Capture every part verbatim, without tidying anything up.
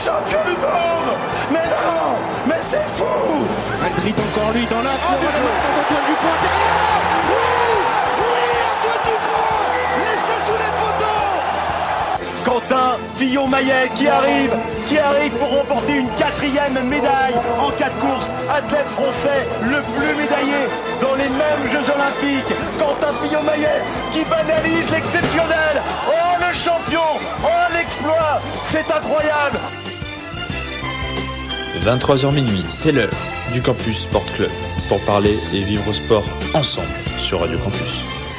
champion du monde. Mais non, mais c'est fou. Aldrit encore lui dans l'axe, oh, le relèvement pour Antoine Dupont intérieur. Oui, oui, Antoine Dupont, laissé sous les poteaux. Quentin Fillon-Maillet qui arrive, qui arrive pour remporter une quatrième médaille en quatre courses. Athlète français le plus médaillé dans les mêmes Jeux Olympiques. Quentin Fillon-Maillet qui banalise l'exceptionnel. Oh le champion, oh l'exploit, c'est incroyable. vingt-trois heures minuit, c'est l'heure du Campus Sport Club pour parler et vivre au sport ensemble sur Radio Campus.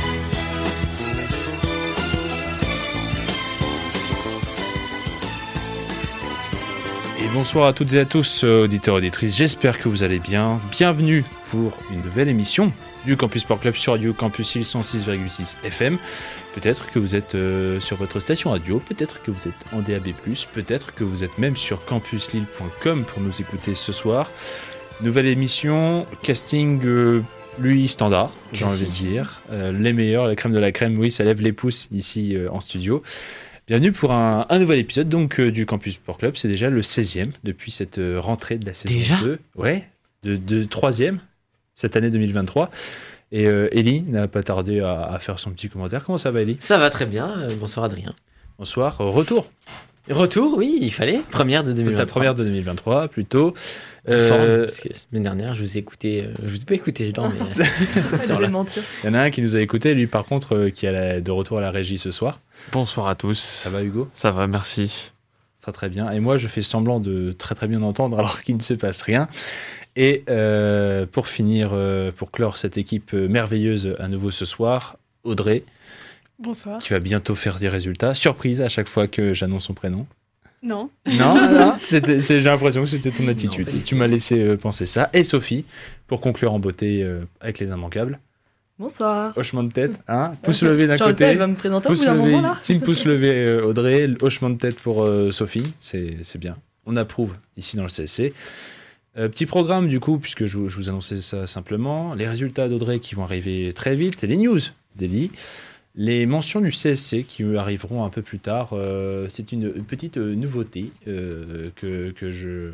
Et bonsoir à toutes et à tous, auditeurs et auditrices, j'espère que vous allez bien. Bienvenue pour une nouvelle émission du Campus Sport Club sur Radio Campus Lille cent six virgule six F M. Peut-être que vous êtes euh, sur votre station radio, peut-être que vous êtes en D A B plus, peut-être que vous êtes même sur campus lille point com pour nous écouter ce soir. Nouvelle émission, casting euh, lui standard, j'ai envie de dire. Euh, les meilleurs, la crème de la crème, oui, ça lève les pouces ici euh, en studio. Bienvenue pour un, un nouvel épisode donc, euh, du Campus Sport Club, c'est déjà le seizième depuis cette euh, rentrée de la saison déjà deux. Ouais, de, de troisième cette année deux mille vingt-trois. Et euh, Ellie n'a pas tardé à, à faire son petit commentaire. Comment ça va, Ellie ? Ça va très bien. Euh, bonsoir, Adrien. Bonsoir. Euh, retour. Retour, oui, il fallait. Première de deux mille vingt-trois. Ta première de deux mille vingt-trois, plutôt. Euh... Forme, parce que la semaine dernière, je vous ai écouté. Euh, je vous ai pas écouté, je dors, mais c'était là. Mentir. Il y en a un qui nous a écouté, lui, par contre, euh, qui est de retour à la régie ce soir. Bonsoir à tous. Ça va, Hugo ? Ça va, merci. Très, très bien. Et moi, je fais semblant de très, très bien entendre alors qu'il ne se passe rien. Et euh, pour finir, euh, pour clore cette équipe merveilleuse à nouveau ce soir, Audrey. Bonsoir. Qui va bientôt faire des résultats. Surprise à chaque fois que j'annonce son prénom. Non. Non, non. C'était, c'est, j'ai l'impression que c'était ton attitude. Non, tu m'as laissé euh, penser ça. Et Sophie, pour conclure en beauté euh, avec les immanquables. Bonsoir. Hochement de tête, hein. Pouce okay. levé d'un Genre côté. Elle va me présenter au bout d'un moment là. Team pouce levé euh, Audrey, hochement de tête pour euh, Sophie. C'est, c'est bien. On approuve ici dans le C S C. Euh, petit programme du coup, puisque je, je vous annonçais ça simplement. Les résultats d'Audrey qui vont arriver très vite. Les news d'Ellie. Les mentions du C S C qui arriveront un peu plus tard. Euh, c'est une, une petite euh, nouveauté euh, que, que je,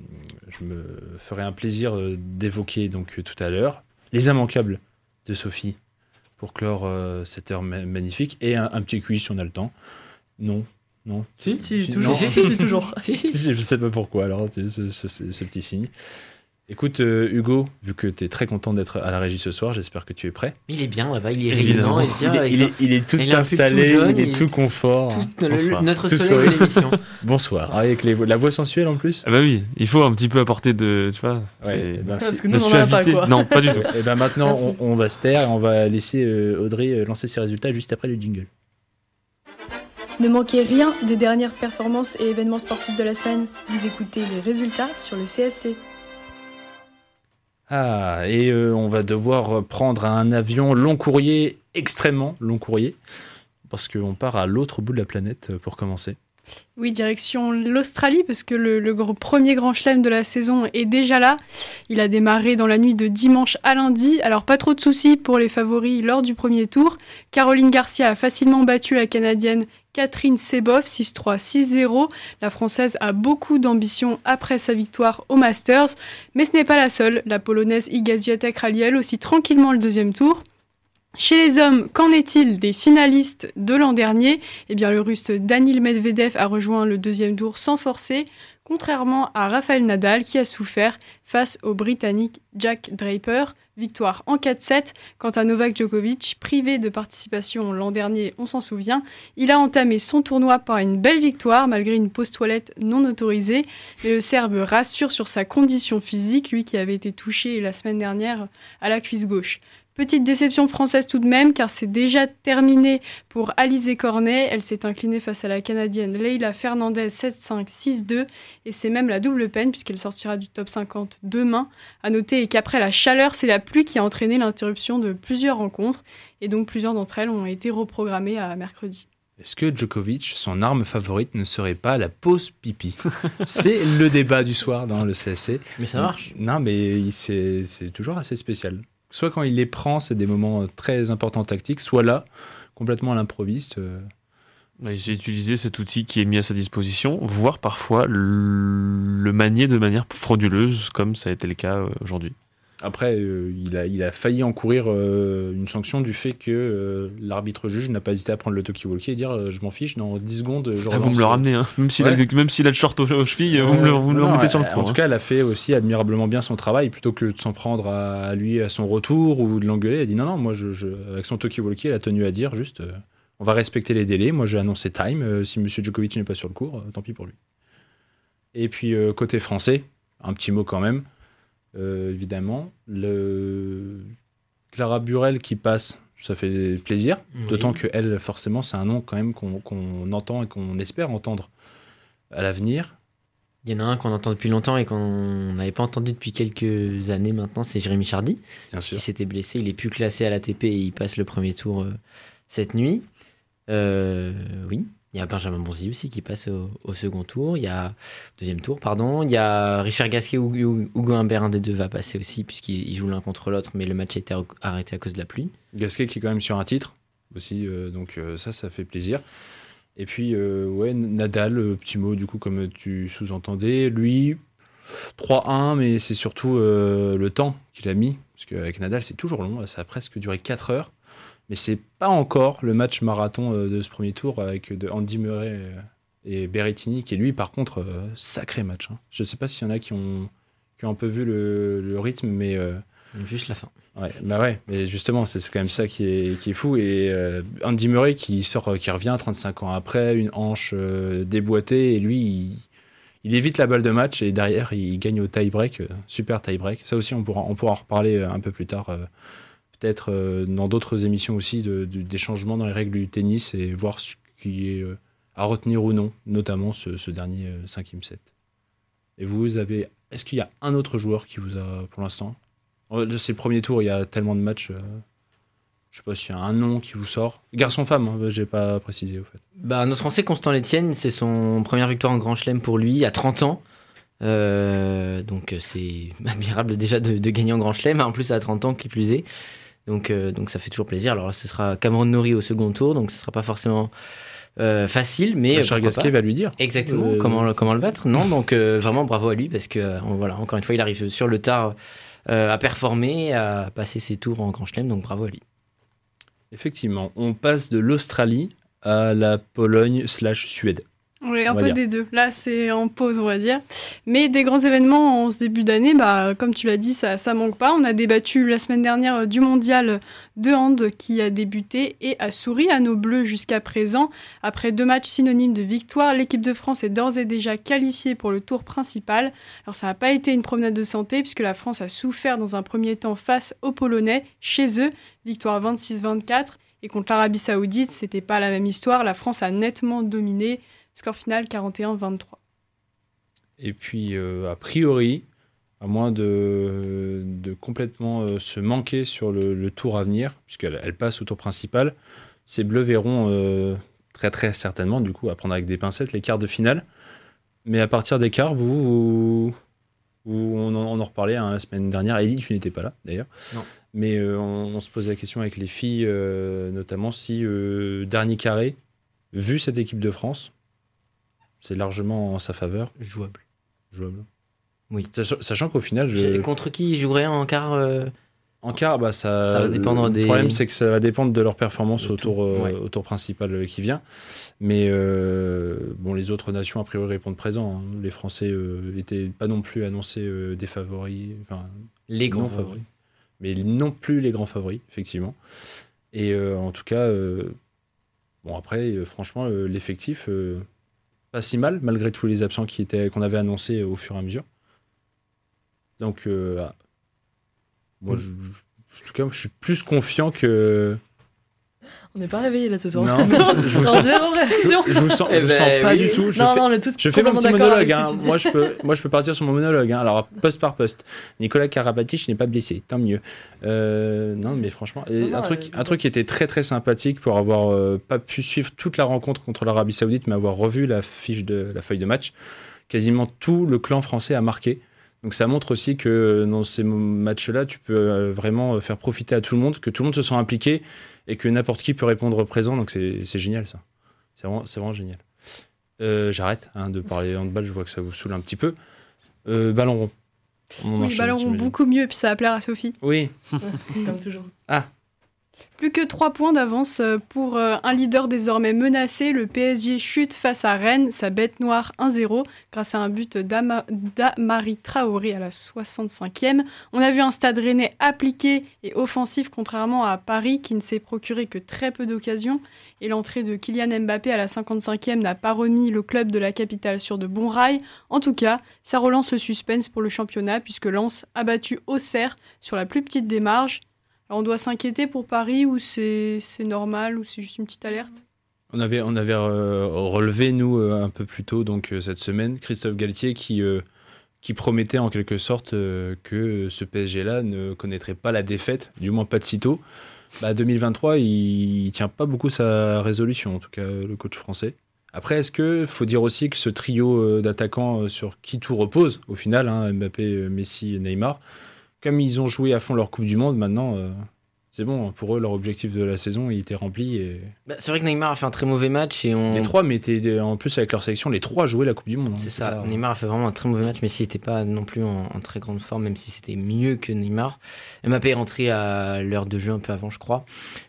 je me ferai un plaisir euh, d'évoquer donc, tout à l'heure. Les immanquables de Sophie pour clore euh, cette heure ma- magnifique. Et un, un petit quiz si on a le temps. Non. Non. Si, si, toujours. Si, si, si, toujours. Je ne sais pas pourquoi, alors, ce, ce, ce, ce petit signe. Écoute, euh, Hugo, vu que tu es très content d'être à la régie ce soir, j'espère que tu es prêt. Il est bien là-bas, il est rayonnant. Il, il, est, il, est, il est tout il installé, est tout jeune, il est tout confort. Tout, le, notre tout soleil de l'émission. Bonsoir. Avec les, la voix sensuelle en plus. Ah bah oui, il faut un petit peu apporter de... Tu vois, ouais, ben parce que nous, on n'en a pas, quoi. Non, pas du tout. Et ben maintenant, on, on va se taire et on va laisser euh, Audrey lancer ses résultats juste après le jingle. Ne manquez rien des dernières performances et événements sportifs de la semaine. Vous écoutez les résultats sur le C S C. Ah, et euh, on va devoir prendre un avion long courrier, extrêmement long courrier, parce qu'on part à l'autre bout de la planète pour commencer. Oui, direction l'Australie, parce que le, le gros, premier grand chelem de la saison est déjà là. Il a démarré dans la nuit de dimanche à lundi. Alors, pas trop de soucis pour les favoris lors du premier tour. Caroline Garcia a facilement battu la Canadienne Catherine Seboff, six trois, six zéro. La Française a beaucoup d'ambition après sa victoire au Masters. Mais ce n'est pas la seule. La Polonaise Iga Swiatek rallie elle aussi tranquillement le deuxième tour. Chez les hommes, qu'en est-il des finalistes de l'an dernier ? Eh bien, le Russe Daniil Medvedev a rejoint le deuxième tour sans forcer, contrairement à Rafael Nadal qui a souffert face au Britannique Jack Draper. Victoire en quatre sept. Quant à Novak Djokovic, privé de participation l'an dernier, on s'en souvient, il a entamé son tournoi par une belle victoire malgré une pause toilette non autorisée. Mais le Serbe rassure sur sa condition physique, lui qui avait été touché la semaine dernière à la cuisse gauche. Petite déception française tout de même, car c'est déjà terminé pour Alizé Cornet. Elle s'est inclinée face à la Canadienne Leila Fernandez sept cinq, six deux. Et c'est même la double peine, puisqu'elle sortira du top cinquante demain. À noter qu'après la chaleur, c'est la pluie qui a entraîné l'interruption de plusieurs rencontres. Et donc plusieurs d'entre elles ont été reprogrammées à mercredi. Est-ce que Djokovic, son arme favorite, ne serait pas la pause pipi ? C'est le débat du soir dans le C S C. Mais ça marche. Non, mais c'est, c'est toujours assez spécial. Soit quand il les prend, c'est des moments très importants tactiques, soit là, complètement à l'improviste. Euh, J'ai utilisé cet outil qui est mis à sa disposition, voire parfois le manier de manière frauduleuse, comme ça a été le cas aujourd'hui. Après, euh, il, a, il a failli encourir euh, une sanction du fait que euh, l'arbitre juge n'a pas hésité à prendre le talkie-walkie et dire euh, je m'en fiche, dans dix secondes, je ah, vous me le ramenez, hein. même s'il ouais. a, même s'il a le short aux, aux chevilles, euh, vous me le, vous me le remettez sur le cours. En hein. tout cas, elle a fait aussi admirablement bien son travail, plutôt que de s'en prendre à, à lui à son retour ou de l'engueuler. Elle a dit non, non, moi, je, je, avec son talkie-walkie, elle a tenu à dire juste euh, on va respecter les délais, moi j'ai annoncé time, euh, si M. Djokovic n'est pas sur le court, euh, tant pis pour lui. Et puis, euh, côté français, un petit mot quand même. Euh, évidemment, le... Clara Burel qui passe, ça fait plaisir, oui. D'autant que elle, forcément, c'est un nom quand même qu'on, qu'on entend et qu'on espère entendre à l'avenir. Il y en a un qu'on entend depuis longtemps et qu'on n'avait pas entendu depuis quelques années maintenant, c'est Jérémy Chardy, Bien qui sûr. s'était blessé, il est plus classé à l'A T P et il passe le premier tour euh, cette nuit. Euh, oui. Il y a Benjamin Bonzi aussi qui passe au, au second tour. Il y a deuxième tour, pardon. Il y a Richard Gasquet ou Hugo Humbert, un des deux va passer aussi puisqu'ils jouent l'un contre l'autre, mais le match a été arrêté à cause de la pluie. Gasquet qui est quand même sur un titre aussi, euh, donc euh, ça, ça fait plaisir. Et puis euh, ouais, Nadal, euh, petit mot du coup comme tu sous-entendais, lui trois un, mais c'est surtout euh, le temps qu'il a mis parce qu'avec Nadal c'est toujours long, là, ça a presque duré quatre heures. Mais c'est pas encore le match marathon de ce premier tour avec de Andy Murray et Berrettini, qui est lui, par contre, euh, sacré match. Hein. Je sais pas s'il y en a qui ont, qui ont un peu vu le, le rythme, mais... Euh, Juste la fin. Ouais, bah ouais, mais justement, c'est, c'est quand même ça qui est, qui est fou. Et euh, Andy Murray qui, sort, qui revient trente-cinq ans après, une hanche euh, déboîtée, et lui, il, il évite la balle de match, et derrière, il gagne au tie-break, euh, super tie-break. Ça aussi, on pourra, on pourra en reparler un peu plus tard. Euh, peut-être euh, dans d'autres émissions aussi, de, de, des changements dans les règles du tennis et voir ce qui est euh, à retenir ou non, notamment ce, ce dernier euh, cinquième set. Et vous avez... Est-ce qu'il y a un autre joueur qui vous a, pour l'instant ? C'est le premier tour, il y a tellement de matchs. Euh, je sais pas s'il y a un nom qui vous sort. Garçon-femme, hein, j'ai pas précisé au fait. Bah, notre Français Constant Letienne, c'est son première victoire en Grand Chelem pour lui, à trente ans. Euh, donc c'est admirable déjà de, de gagner en Grand Chelem, en plus à trente ans qui plus est. Donc, euh, donc ça fait toujours plaisir. Alors là, ce sera Cameron Norrie au second tour, donc ce sera pas forcément euh, facile, mais Richard Gasquet va lui dire exactement euh, comment le, comment le battre. Non, donc euh, vraiment bravo à lui parce que euh, voilà, encore une fois, il arrive sur le tard euh, à performer, à passer ses tours en Grand Chelem, donc bravo à lui. Effectivement, on passe de l'Australie à la Pologne slash Suède. Oui, un peu dire. Des deux. Là, c'est en pause, on va dire. Mais des grands événements en ce début d'année, bah, comme tu l'as dit, ça ça manque pas. On a débattu la semaine dernière du mondial de hand qui a débuté et a souri à nos Bleus jusqu'à présent. Après deux matchs synonymes de victoire, l'équipe de France est d'ores et déjà qualifiée pour le tour principal. Alors, ça n'a pas été une promenade de santé puisque la France a souffert dans un premier temps face aux Polonais, chez eux, victoire vingt-six vingt-quatre. Et contre l'Arabie Saoudite, c'était pas la même histoire. La France a nettement dominé. Score final quarante et un vingt-trois. Et puis, euh, a priori, à moins de, de complètement euh, se manquer sur le, le tour à venir, puisqu'elle elle passe au tour principal, ces Bleus verront euh, très très certainement, du coup, à prendre avec des pincettes, les quarts de finale. Mais à partir des quarts, vous, vous, vous on, en, on en reparlait hein, la semaine dernière. Elie, tu n'étais pas là, d'ailleurs. Non. Mais euh, on, on se posait la question avec les filles, euh, notamment si euh, dernier carré, vu cette équipe de France, c'est largement en sa faveur. Jouable. Jouable. Oui. Sachant, sachant qu'au final... Je... Contre qui ils joueraient en quart euh... En quart, bah, ça, ça va dépendre le des... problème, c'est que ça va dépendre de leur performance au tour, euh, ouais. au tour principal qui vient. Mais euh, bon, les autres nations, a priori, répondent présents. Hein. Les Français n'étaient euh, pas non plus annoncés euh, des favoris. Enfin, les grands favoris. favoris. Mais non plus les grands favoris, effectivement. Et euh, en tout cas, euh, bon, après, euh, franchement, euh, l'effectif... Euh, pas si mal, malgré tous les absents qui étaient, qu'on avait annoncés au fur et à mesure. Donc, euh, ah, moi, je, je, en tout cas, je suis plus confiant que... On n'est pas réveillés là ce soir. Non, je, je vous sens, zéro réaction. Je, je vous sens, je eh vous ben, sens pas oui. du tout. Je non, fais, non, on est tous je fais mon petit monologue. Hein. Moi, je peux, moi, je peux partir sur mon monologue. Hein. Alors, poste par poste. Nicolas Karabatic n'est pas blessé, tant mieux. Euh, non, mais franchement, non, non, un, truc, euh, un truc qui était très très sympathique pour avoir euh, pas pu suivre toute la rencontre contre l'Arabie Saoudite, mais avoir revu la fiche de la feuille de match. Quasiment tout le clan français a marqué. Donc ça montre aussi que dans ces matchs-là, tu peux vraiment faire profiter à tout le monde, que tout le monde se sent impliqué et que n'importe qui peut répondre présent. Donc c'est, c'est génial ça. C'est vraiment, c'est vraiment génial. Euh, j'arrête hein, de parler handball, je vois que ça vous saoule un petit peu. Euh, ballon rond. On Oui, enchaîne, ballon rond j'imagine. beaucoup mieux, puis ça va plaire à Sophie. Oui, Comme toujours. Plus que trois points d'avance pour euh, un leader désormais menacé. Le P S G chute face à Rennes, sa bête noire un zéro, grâce à un but d'Ama- d'Amari Traoré à la soixante-cinquième. On a vu un stade rennais appliqué et offensif, contrairement à Paris, qui ne s'est procuré que très peu d'occasions. Et l'entrée de Kylian Mbappé à la cinquante-cinquième n'a pas remis le club de la capitale sur de bons rails. En tout cas, ça relance le suspense pour le championnat, puisque Lens a battu Auxerre sur la plus petite des marges. Alors, on doit s'inquiéter pour Paris ou c'est, c'est normal ou c'est juste une petite alerte? on avait, on avait euh, relevé, nous, euh, un peu plus tôt, donc euh, cette semaine, Christophe Galtier qui, euh, qui promettait en quelque sorte euh, que ce P S G-là ne connaîtrait pas la défaite, du moins pas de sitôt. Bah, deux mille vingt-trois, il ne tient pas beaucoup sa résolution, en tout cas le coach français. Après, est-ce qu'il faut dire aussi que ce trio euh, d'attaquants euh, sur qui tout repose, au final, hein, Mbappé, euh, Messi et Neymar, comme ils ont joué à fond leur Coupe du Monde, maintenant, euh, c'est bon. Pour eux, leur objectif de la saison, il était rempli. Et... Bah, c'est vrai que Neymar a fait un très mauvais match et on. Les trois, mais étaient, en plus, avec leur sélection, les trois jouaient la Coupe du Monde. hein. C'est ça, pas- Neymar a fait vraiment un très mauvais match, mais s'il n'était pas non plus en, en très grande forme, même si c'était mieux que Neymar. Mbappé est rentré à l'heure de jeu un peu avant, je crois.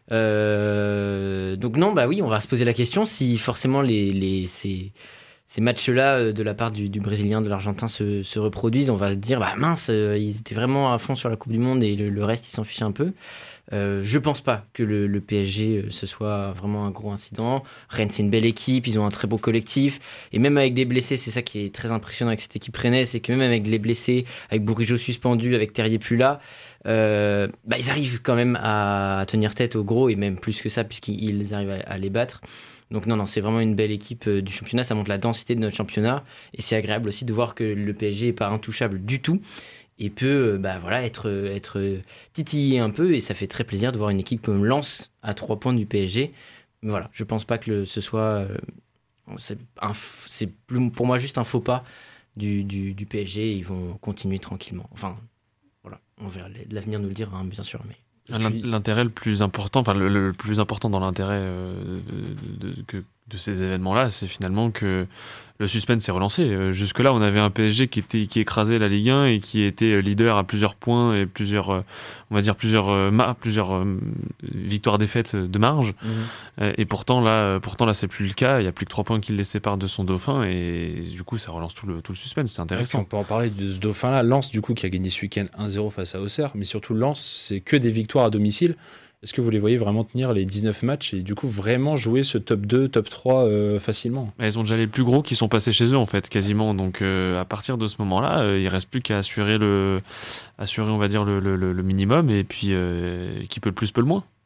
Euh, donc non, bah oui, on va se poser la question si forcément les, les, ces, ces matchs-là euh, de la part du, du Brésilien, de l'Argentin se, se reproduisent. On va se dire, bah mince, euh, ils étaient vraiment à fond sur la Coupe du Monde et le, le reste, ils s'en fichent un peu. Euh, je pense pas que le, le P S G euh, ce soit vraiment un gros incident. Rennes, c'est une belle équipe, ils ont un très beau collectif. Et même avec des blessés, c'est ça qui est très impressionnant avec cette équipe rennaise, c'est que même avec les blessés, avec Bourigeaud suspendu, avec Terrier plus là, euh, bah, ils arrivent quand même à tenir tête aux gros, et même plus que ça, puisqu'ils arrivent à, à les battre. Donc non, non, c'est vraiment une belle équipe euh, du championnat, ça montre la densité de notre championnat. Et c'est agréable aussi de voir que le P S G n'est pas intouchable du tout. Et peut bah, voilà, être, être titillé un peu, et ça fait très plaisir de voir une équipe comme Lens à trois points du P S G. Mais voilà, je pense pas que le, ce soit... Euh, c'est un, c'est plus, pour moi juste un faux pas du, du, du P S G, ils vont continuer tranquillement. Enfin, voilà, on verra, l'avenir nous le dira, hein, bien sûr. Mais... L'in- L'intérêt le plus important, enfin le, le plus important dans l'intérêt euh, de, de, que- de ces événements-là, c'est finalement que le suspense s'est relancé. Euh, Jusque-là, on avait un P S G qui était qui écrasait la Ligue un et qui était leader à plusieurs points et plusieurs, euh, on va dire plusieurs, euh, ma- plusieurs euh, victoires-défaites de marge. Mhm. Euh, et pourtant là, euh, pourtant là, c'est plus le cas. Il y a plus que trois points qui le séparent de son dauphin et du coup, ça relance tout le tout le suspense. C'est Ouais, puis intéressant. on peut en parler de ce dauphin-là. Lens, du coup, qui a gagné ce week-end un zéro face à Auxerre. Mais surtout, Lens, c'est que des victoires à domicile. Est-ce que vous les voyez vraiment tenir les dix-neuf matchs et du coup vraiment jouer ce top deux, top trois euh, facilement? Mais ils ont déjà les plus gros qui sont passés chez eux en fait quasiment, donc euh, à partir de ce moment-là euh, il reste plus qu'à assurer le assurer on va dire le, le, le minimum et puis euh, qui peut le plus peut le moins.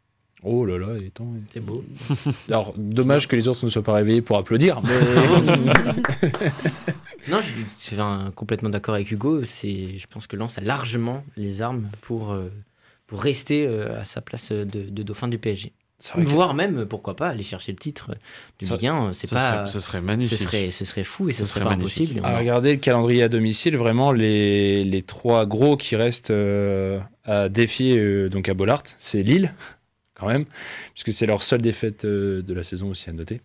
Oh là là, il est temps. C'est beau. Alors, dommage que les autres ne soient pas réveillés pour applaudir. Mais... Non, je je suis un- complètement d'accord avec Hugo. C'est, je pense que Lens a largement les armes pour, euh, pour rester euh, à sa place de, de dauphin du P S G. C'est vrai que- Voire même, pourquoi pas, aller chercher le titre du Ça- Ligue un. C'est Ce, pas, serait, ce serait ce magnifique. serait, ce serait fou et ce, Ce serait serait pas magnifique. impossible. À regarder le calendrier à domicile, vraiment les, les trois gros qui restent euh, à défier euh, donc à Bollaert, c'est Lille, quand même, puisque c'est leur seule défaite euh, de la saison aussi à noter.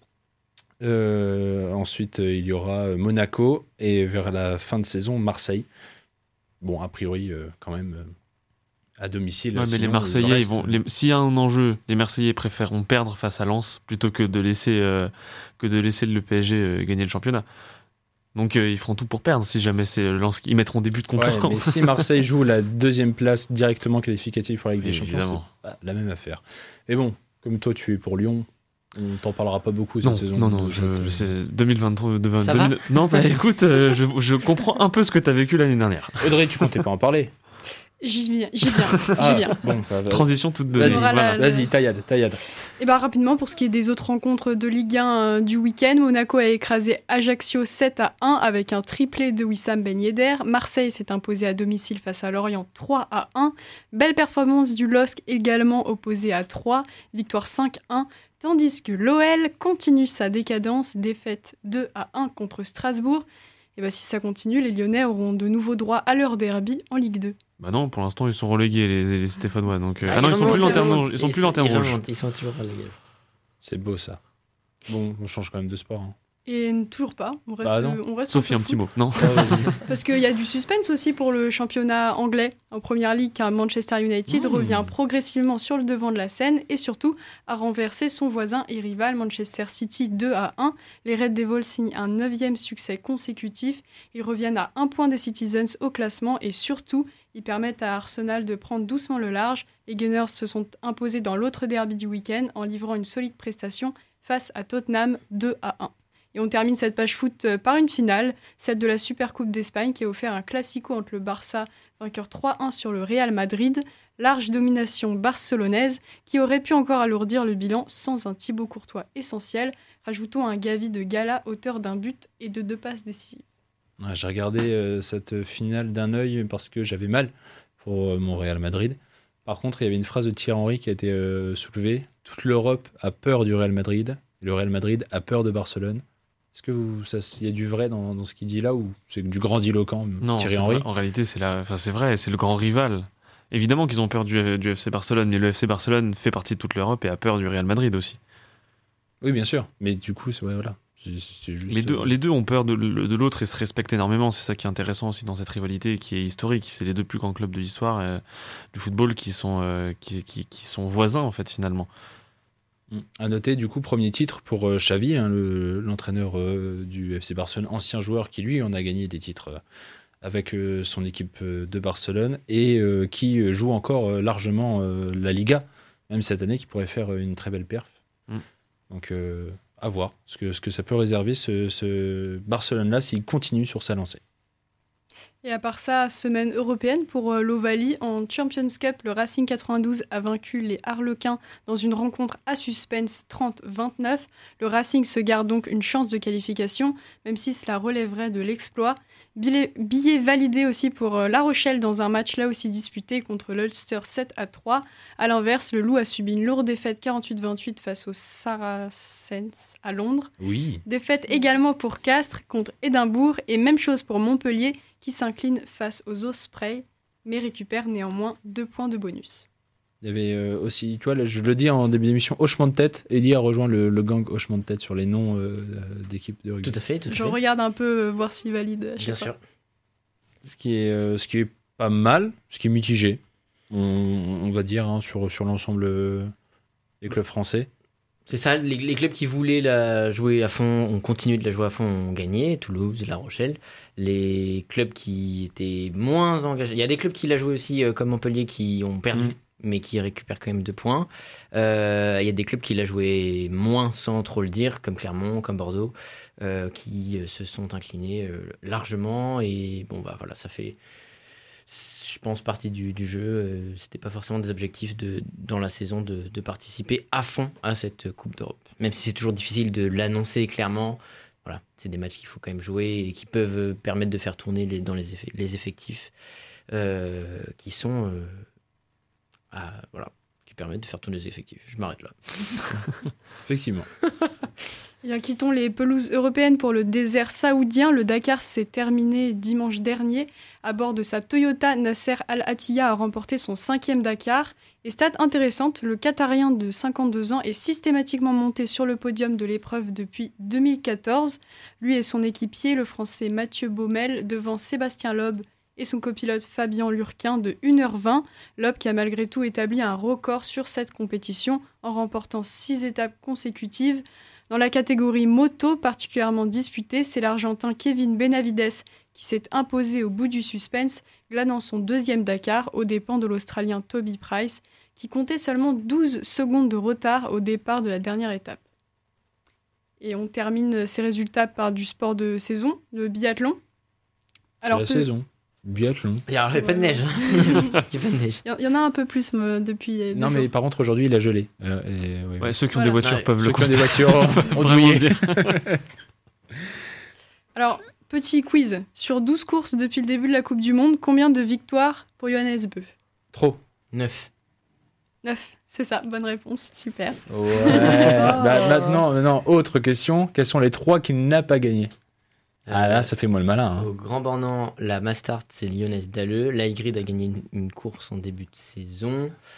Euh, ensuite, euh, il y aura euh, Monaco et vers la fin de saison, Marseille. Bon, a priori, euh, quand même, euh, à domicile. Ouais, mais sinon, les le Marseillais, reste, ils vont, les- s'il y a un enjeu, les Marseillais préféreront perdre face à Lens plutôt que de laisser, euh, que de laisser le P S G euh, gagner le championnat. Donc euh, ils feront tout pour perdre si jamais c'est Lens. Ils mettront des buts contre Ouais, leur camp. mais si Marseille joue la deuxième place directement qualificative pour la Ligue des Champions, Évidemment. c'est pas la même affaire. Mais bon, comme toi tu es pour Lyon, on t'en parlera pas beaucoup cette Non, saison. non, non, de je, cette, euh, c'est deux mille vingt-trois. de vingt- Ça deux va mille non, bah écoute, euh, je, je comprends un peu ce que tu as vécu l'année dernière. Audrey, tu comptais pas en parler. J'y viens, j'y viens, Ah, j'y viens. Bon, bah, va- Transition toute donnée. vas-y, aura la- Voilà. vas-y, taillade, taillade. Et bien rapidement, pour ce qui est des autres rencontres de Ligue un euh, du week-end, Monaco a écrasé Ajaccio sept à un avec un triplé de Wissam Ben Yedder. Marseille s'est imposé à domicile face à Lorient trois à un. Belle performance du L O S C également opposé à trois, victoire cinq un. Tandis que l'O L continue sa décadence, défaite deux à un contre Strasbourg. Et bien si ça continue, les Lyonnais auront de nouveau droit à leur derby en Ligue deux. Bah non, pour l'instant ils sont relégués les, les Stéphanois. Donc, euh, Ah, ah non, ils sont plus remontent, lanterne remontent. rouge. Ils sont Ils- plus lanterne ils rouge. remontent, Ils sont toujours relégués. C'est beau ça. Bon, on change quand même de sport. Hein. Et toujours pas. On reste, Bah non. on reste Sophie, sur un le petit foot. mot. Non. Ah, vas-y. Parce qu'il y a du suspense aussi pour le championnat anglais en première ligue, car Manchester United Mmh. revient progressivement sur le devant de la scène et surtout a renversé son voisin et rival Manchester City deux à un. Les Red Devils signent un neuvième succès consécutif. Ils reviennent à un point des Citizens au classement et surtout, ils permettent à Arsenal de prendre doucement le large. Les Gunners se sont imposés dans l'autre derby du week-end en livrant une solide prestation face à Tottenham deux à un. Et on termine cette page foot par une finale, celle de la Supercoupe d'Espagne qui a offert un classico entre le Barça, vainqueur trois un sur le Real Madrid, large domination barcelonaise qui aurait pu encore alourdir le bilan sans un Thibaut Courtois essentiel. Rajoutons un Gavi de gala, auteur d'un but et de deux passes décisives. Ouais, j'ai regardé euh, cette finale d'un œil parce que j'avais mal pour euh, mon Real Madrid. Par contre, il y avait une phrase de Thierry Henry qui a été euh, soulevée. Toute l'Europe a peur du Real Madrid et le Real Madrid a peur de Barcelone. Est-ce que vous, ça, y a du vrai dans, dans ce qu'il dit là ou c'est du grandiloquent, Non, Thierry c'est Henry vrai. En réalité, c'est, la... enfin, c'est vrai, c'est le grand rival. Évidemment qu'ils ont peur du, du F C Barcelone, mais le F C Barcelone fait partie de toute l'Europe et a peur du Real Madrid aussi. Oui, bien sûr. Mais du coup, c'est, ouais, voilà. C'est, c'est juste, Les deux, euh, les deux ont peur de, de l'autre et se respectent énormément. C'est ça qui est intéressant aussi dans cette rivalité qui est historique. C'est les deux plus grands clubs de l'histoire euh, du football qui sont, euh, qui, qui, qui sont voisins en fait finalement. À noter, du coup, premier titre pour euh, Xavi, hein, le, l'entraîneur euh, du F C Barcelone, ancien joueur qui, lui, en a gagné des titres euh, avec euh, son équipe euh, de Barcelone et euh, qui joue encore euh, largement euh, la Liga, même cette année, qui pourrait faire euh, une très belle perf. Mm. Donc, euh, à voir ce que, ce que ça peut réserver, ce, ce Barcelone-là, s'il continue sur sa lancée. Et à part ça, semaine européenne pour euh, l'Ovalie. En Champions Cup, le Racing quatre-vingt-douze a vaincu les Harlequins dans une rencontre à suspense trente à vingt-neuf. Le Racing se garde donc une chance de qualification, même si cela relèverait de l'exploit. Billet, billet validé aussi pour euh, La Rochelle dans un match là aussi disputé contre l'Ulster sept à trois. A l'inverse, le Loup a subi une lourde défaite quarante-huit à vingt-huit face aux Saracens à Londres. Oui. Défaite également pour Castres contre Édimbourg et même chose pour Montpellier qui s'incline face aux Ospreys, mais récupère néanmoins deux points de bonus. Il y avait euh, aussi, tu vois, là, je le dis en début d'émission, hochement de tête. Eddie a rejoint le, le gang hochement de tête sur les noms euh, d'équipes de rugby. Tout à fait, tout à Je fait. regarde un peu euh, voir s'il valide. à chaque Bien fois. sûr. Ce qui est, euh, ce qui est pas mal, ce qui est mitigé, on, on va dire, hein, sur, sur l'ensemble euh, des clubs français. C'est ça, les, les clubs qui voulaient la jouer à fond ont continué de la jouer à fond, ont gagné, Toulouse, La Rochelle. Les clubs qui étaient moins engagés, il y a des clubs qui la jouaient aussi, euh, comme Montpellier, qui ont perdu, Mm. mais qui récupèrent quand même deux points. Euh, il y a des clubs qui la jouaient moins, sans trop le dire, comme Clermont, comme Bordeaux, euh, qui euh, se sont inclinés euh, largement. Et bon, bah voilà, ça fait, je pense, partie du, du jeu. Euh, c'était pas forcément des objectifs de, dans la saison de, de participer à fond à cette Coupe d'Europe. Même si c'est toujours difficile de l'annoncer clairement. Voilà, c'est des matchs qu'il faut quand même jouer et qui peuvent permettre de faire tourner les, dans les, effets, les effectifs euh, qui sont. Euh, à, voilà, qui permettent de faire tourner les effectifs. Je m'arrête là. Effectivement. Et bien, quittons les pelouses européennes pour le désert saoudien. Le Dakar s'est terminé dimanche dernier. À bord de sa Toyota, Nasser Al-Attiyah a remporté son cinquième Dakar. Et stat intéressante, le Qatarien de cinquante-deux ans est systématiquement monté sur le podium de l'épreuve depuis deux mille quatorze. Lui et son équipier, le Français Mathieu Baumel, devant Sébastien Loeb et son copilote Fabien Lurquin de une heure vingt. Loeb qui a malgré tout établi un record sur cette compétition en remportant six étapes consécutives. Dans la catégorie moto particulièrement disputée, c'est l'Argentin Kevin Benavides qui s'est imposé au bout du suspense, glanant son deuxième Dakar aux dépens de l'Australien Toby Price, qui comptait seulement douze secondes de retard au départ de la dernière étape. Et on termine ces résultats par du sport de saison, le biathlon. C'est la peu- saison. Biathlon. Il n'y a pas de neige. Il y a pas de neige. Il y en a un peu plus euh, depuis. euh, Non, deux mais jours. par contre, aujourd'hui, il a gelé. Euh, et, ouais, Ouais, ceux qui ont Voilà. des voitures Ouais. peuvent Ceux le qui ont des constater. voitures ont Vraiment douillé. dire. Alors, petit quiz. Sur douze courses depuis le début de la Coupe du Monde, combien de victoires pour Johannes Beu? Trop. neuf. neuf. C'est ça, bonne réponse. Super. Ouais. Bah, maintenant, maintenant, autre question. Quels sont les trois qu'il n'a pas gagné? Ah là, ça fait moi le malin. Hein. Au Grand Bornand, la Mastart, c'est Lyonnaise Dalleux. L'Aigrid a gagné une, une course en début de saison.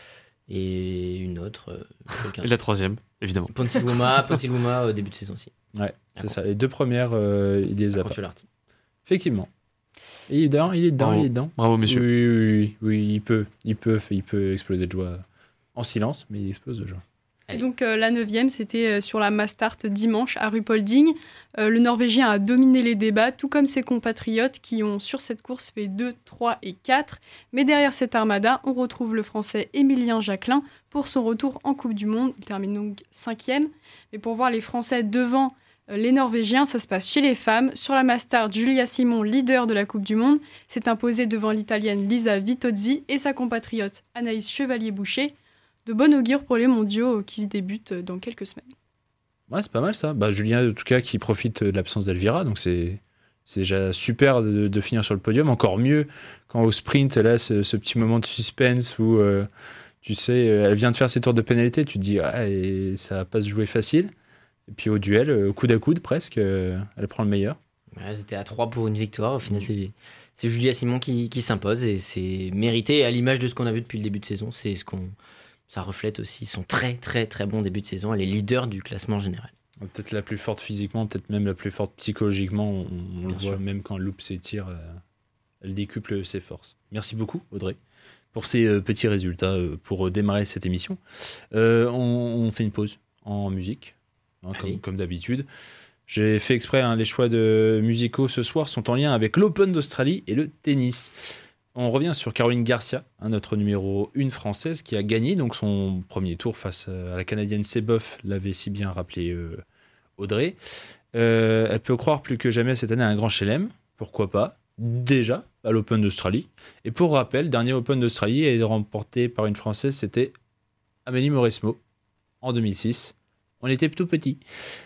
Et une autre, euh, quelqu'un. Et la troisième, évidemment. Pontiluma, Pontiluma au début de saison aussi. Ouais, Ah, c'est ça. Les deux premières, euh, il les a pas. Contularti. Effectivement. Et il est dedans, il est dedans, Bravo. il est dedans. Bravo, messieurs. Oui, oui, oui, oui, il peut, il peut, il peut exploser de joie en silence, mais il explose de joie. Et donc euh, la neuvième, c'était euh, sur la Mastart dimanche à Ruhpolding. Euh, le Norvégien a dominé les débats, tout comme ses compatriotes qui ont sur cette course fait deux, trois et quatre. Mais derrière cette armada, on retrouve le Français Émilien Jacquelin pour son retour en Coupe du Monde. Il termine donc cinquième. Mais pour voir les Français devant euh, les Norvégiens, ça se passe chez les femmes. Sur la Mastart, Julia Simon, leader de la Coupe du Monde, s'est imposée devant l'Italienne Lisa Vitozzi et sa compatriote Anaïs Chevalier-Boucher. De bon augure pour les mondiaux qui débutent dans quelques semaines. Ouais, c'est pas mal ça. Bah, Julien, en tout cas, qui profite de l'absence d'Elvira, donc c'est, c'est déjà super de, de finir sur le podium. Encore mieux quand au sprint, là, ce, ce petit moment de suspense où, euh, tu sais, elle vient de faire ses tours de pénalité, tu te dis, ah, et ça va pas se jouer facile. Et puis au duel, euh, coude à coude presque, euh, elle prend le meilleur. Ouais, c'était à trois pour une victoire. Au final, c'est, c'est Julia Simon qui, qui s'impose et c'est mérité. À l'image de ce qu'on a vu depuis le début de saison, c'est ce qu'on... ça reflète aussi son très très très bon début de saison. Elle est leader du classement général. Peut-être la plus forte physiquement, peut-être même la plus forte psychologiquement. On, on le sûr. voit même quand elle loupe ses tirs, euh, elle décuple ses forces. Merci beaucoup, Audrey, pour ces euh, petits résultats euh, pour euh, démarrer cette émission. Euh, on, on fait une pause en musique, hein, comme, comme d'habitude. J'ai fait exprès, hein, les choix de musicaux ce soir sont en lien avec l'Open d'Australie et le tennis. On revient sur Caroline Garcia, hein, notre numéro un française, qui a gagné donc son premier tour face à la Canadienne Seboff, l'avait si bien rappelé euh, Audrey. Euh, elle peut croire plus que jamais cette année à un grand chelem, pourquoi pas, déjà à l'Open d'Australie. Et pour rappel, dernier Open d'Australie est remporté par une Française, c'était Amélie Mauresmo, en deux mille six. On était plutôt petits.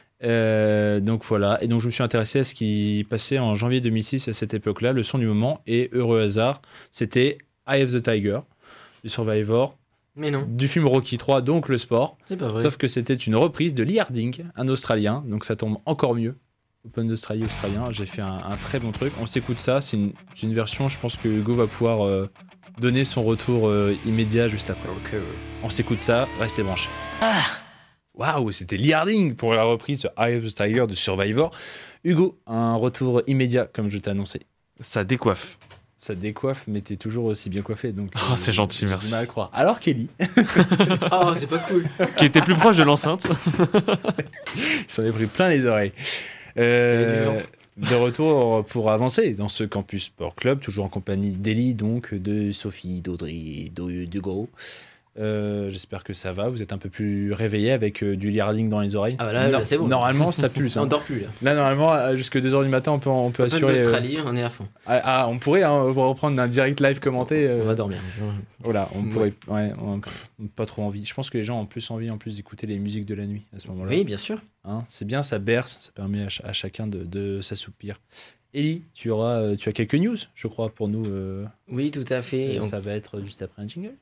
Euh, donc voilà, et donc je me suis intéressé à ce qui passait en janvier deux mille six à cette époque-là, le son du moment, et heureux hasard, c'était Eye of the Tiger, du Survivor, Mais non, du film Rocky trois, donc le sport, c'est pas vrai. sauf que c'était une reprise de Lee Harding, un Australien, donc ça tombe encore mieux. Open d'Australie australien, j'ai fait un, un très bon truc, on s'écoute ça, c'est une, c'est une version, je pense que Hugo va pouvoir euh, donner son retour euh, immédiat juste après. Donc, on s'écoute ça, restez branchés. Ah Waouh, c'était Lee Harding pour la reprise de Eye of the Tiger de Survivor. Hugo, un retour immédiat, comme je t'ai annoncé. Ça décoiffe. Ça décoiffe, mais t'es toujours aussi bien coiffé. Donc, Oh, c'est gentil, j'ai merci. du mal à croire. Alors Kelly, Oh, c'est pas cool. Qui était plus proche de l'enceinte. il s'en est pris plein les oreilles. Euh, de retour pour avancer dans ce Campus Sport Club, toujours en compagnie d'Eli, donc de Sophie, d'Audrey, d'Hugo. Euh, j'espère que ça va. Vous êtes un peu plus réveillés avec euh, du Lee Harding dans les oreilles. Ah bah là, Non, là, c'est bon. Normalement, ça pue. Ça. On dort plus là. Là, normalement, euh, jusqu'à deux heures du matin, on peut, on peut Open assurer. euh, d'Australie, on est à fond. ah, ah, on pourrait hein, reprendre un direct live commenté. euh, On va dormir. Je- Voilà, on Ouais. pourrait. Ouais, on n'a pas trop envie. Je pense que les gens ont plus envie en plus d'écouter les musiques de la nuit à ce moment-là. Oui, bien sûr. Hein, c'est bien, ça berce, ça permet à, ch- à chacun de, de s'assoupir. Ellie, tu, auras, euh, tu as quelques news, je crois, pour nous. euh, Oui, tout à fait. euh, On- ça va être juste après un jingle.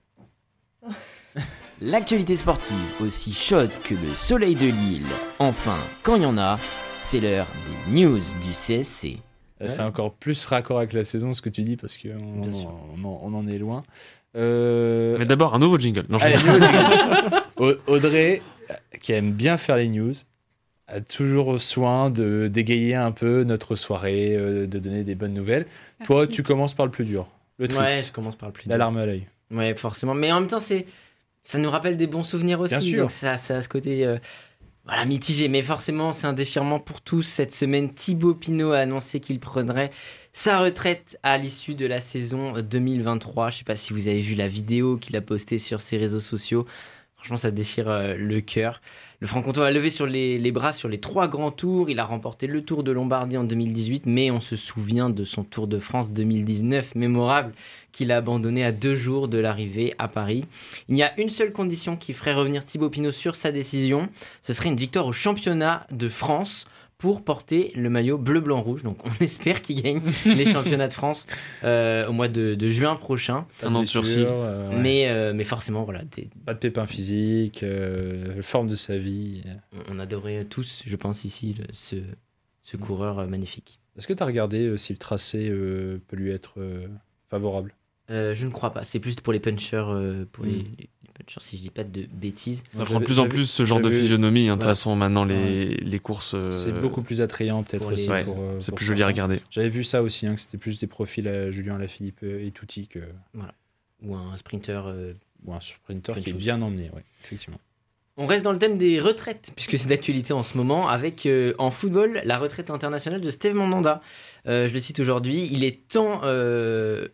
L'actualité sportive aussi chaude que le soleil de Lille. Enfin, quand il y en a, c'est l'heure des news du C S C. Euh, C'est encore plus raccord avec la saison ce que tu dis parce qu'on Bien sûr. on, en- on en est loin. Euh, Mais d'abord, un nouveau jingle. Non, je- Allez, nouveau jingle. Au- Audrey, qui aime bien faire les news, a toujours soin de d'égayer un peu notre soirée, euh, de donner des bonnes nouvelles. Toi, Merci. tu commences par le plus dur, le triste, Ouais, je commence par le plus la dur. larme à l'œil. Ouais, forcément. Mais en même temps, c'est ça nous rappelle des bons souvenirs aussi. Bien sûr. Donc ça, ça a ce côté euh, voilà, mitigé. Mais forcément, c'est un déchirement pour tous. Cette semaine, Thibaut Pinot a annoncé qu'il prendrait sa retraite à l'issue de la saison deux mille vingt-trois. Je sais pas si vous avez vu la vidéo qu'il a postée sur ses réseaux sociaux. Franchement, ça déchire euh, le cœur. Le Franc-Comtois a levé sur les, les bras sur les trois grands tours. Il a remporté le Tour de Lombardie en deux mille dix-huit, mais on se souvient de son Tour de France deux mille dix-neuf, mémorable, qu'il a abandonné à deux jours de l'arrivée à Paris. Il y a une seule condition qui ferait revenir Thibaut Pinot sur sa décision. Ce serait une victoire au championnat de France pour porter le maillot bleu-blanc-rouge. Donc on espère qu'il gagne les championnats de France euh, au mois de, de juin prochain. Pas Un an de blessure, sursis. euh, ouais. Mais, euh, mais forcément, voilà, des- Pas de pépins physiques, euh, forme de sa vie. on adorait tous, je pense, ici, le- ce, ce coureur euh, magnifique. Est-ce que tu as regardé euh, si le tracé euh, peut lui être euh, favorable? Euh, je ne crois pas. C'est plus pour les punchers, euh, pour Mm. les, pas sûr si je dis pas de bêtises. Ça prend de plus en plus ce genre de physionomie. Hein, de toute voilà. façon, maintenant, les, les courses. Euh, c'est beaucoup plus attrayant, peut-être pour les- aussi. ouais, pour, euh, c'est pour plus joli à certains. regarder. J'avais vu ça aussi, hein, que c'était plus des profils à Julien Lafilippe et Tutti que. Ou un sprinter. euh, Ou un sprinter Plein de qui est choses. bien emmené, ouais, effectivement. On reste dans le thème des retraites, puisque c'est d'actualité en ce moment, avec euh, en football la retraite internationale de Steve Mandanda. Euh, je le cite aujourd'hui, il est temps euh,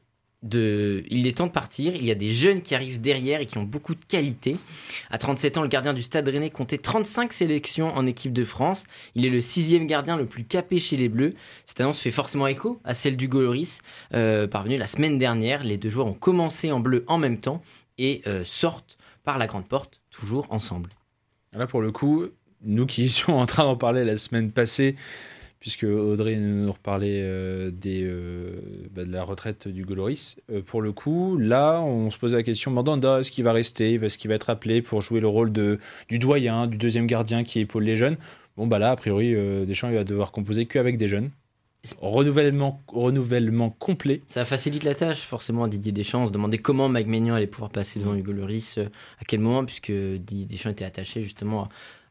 de, il est temps de partir. Il y a des jeunes qui arrivent derrière et qui ont beaucoup de qualité. À trente-sept ans, le gardien du Stade Rennais comptait trente-cinq sélections en équipe de France. Il est le sixième gardien le plus capé chez les Bleus. Cette annonce fait forcément écho à celle du Goloris, euh, parvenu la semaine dernière. Les deux joueurs ont commencé en bleu en même temps et euh, sortent par la grande porte, toujours ensemble. Là, pour le coup, nous qui étions en train d'en parler la semaine passée, puisque Audrey nous reparlait euh, des, euh, bah, de la retraite du Goloris, euh, pour le coup, là, on se posait la question, Mandanda, est-ce qu'il va rester, est-ce qu'il va être appelé pour jouer le rôle de, du doyen, du deuxième gardien qui épaule les jeunes? Bon, bah là, a priori, euh, Deschamps, il va devoir composer qu'avec des jeunes. Renouvellement, renouvellement complet. Ça facilite la tâche forcément à Didier Deschamps, se demander comment Mike Maignan allait pouvoir passer devant Hugo Lloris, euh, à quel moment, puisque Didier Deschamps était attaché justement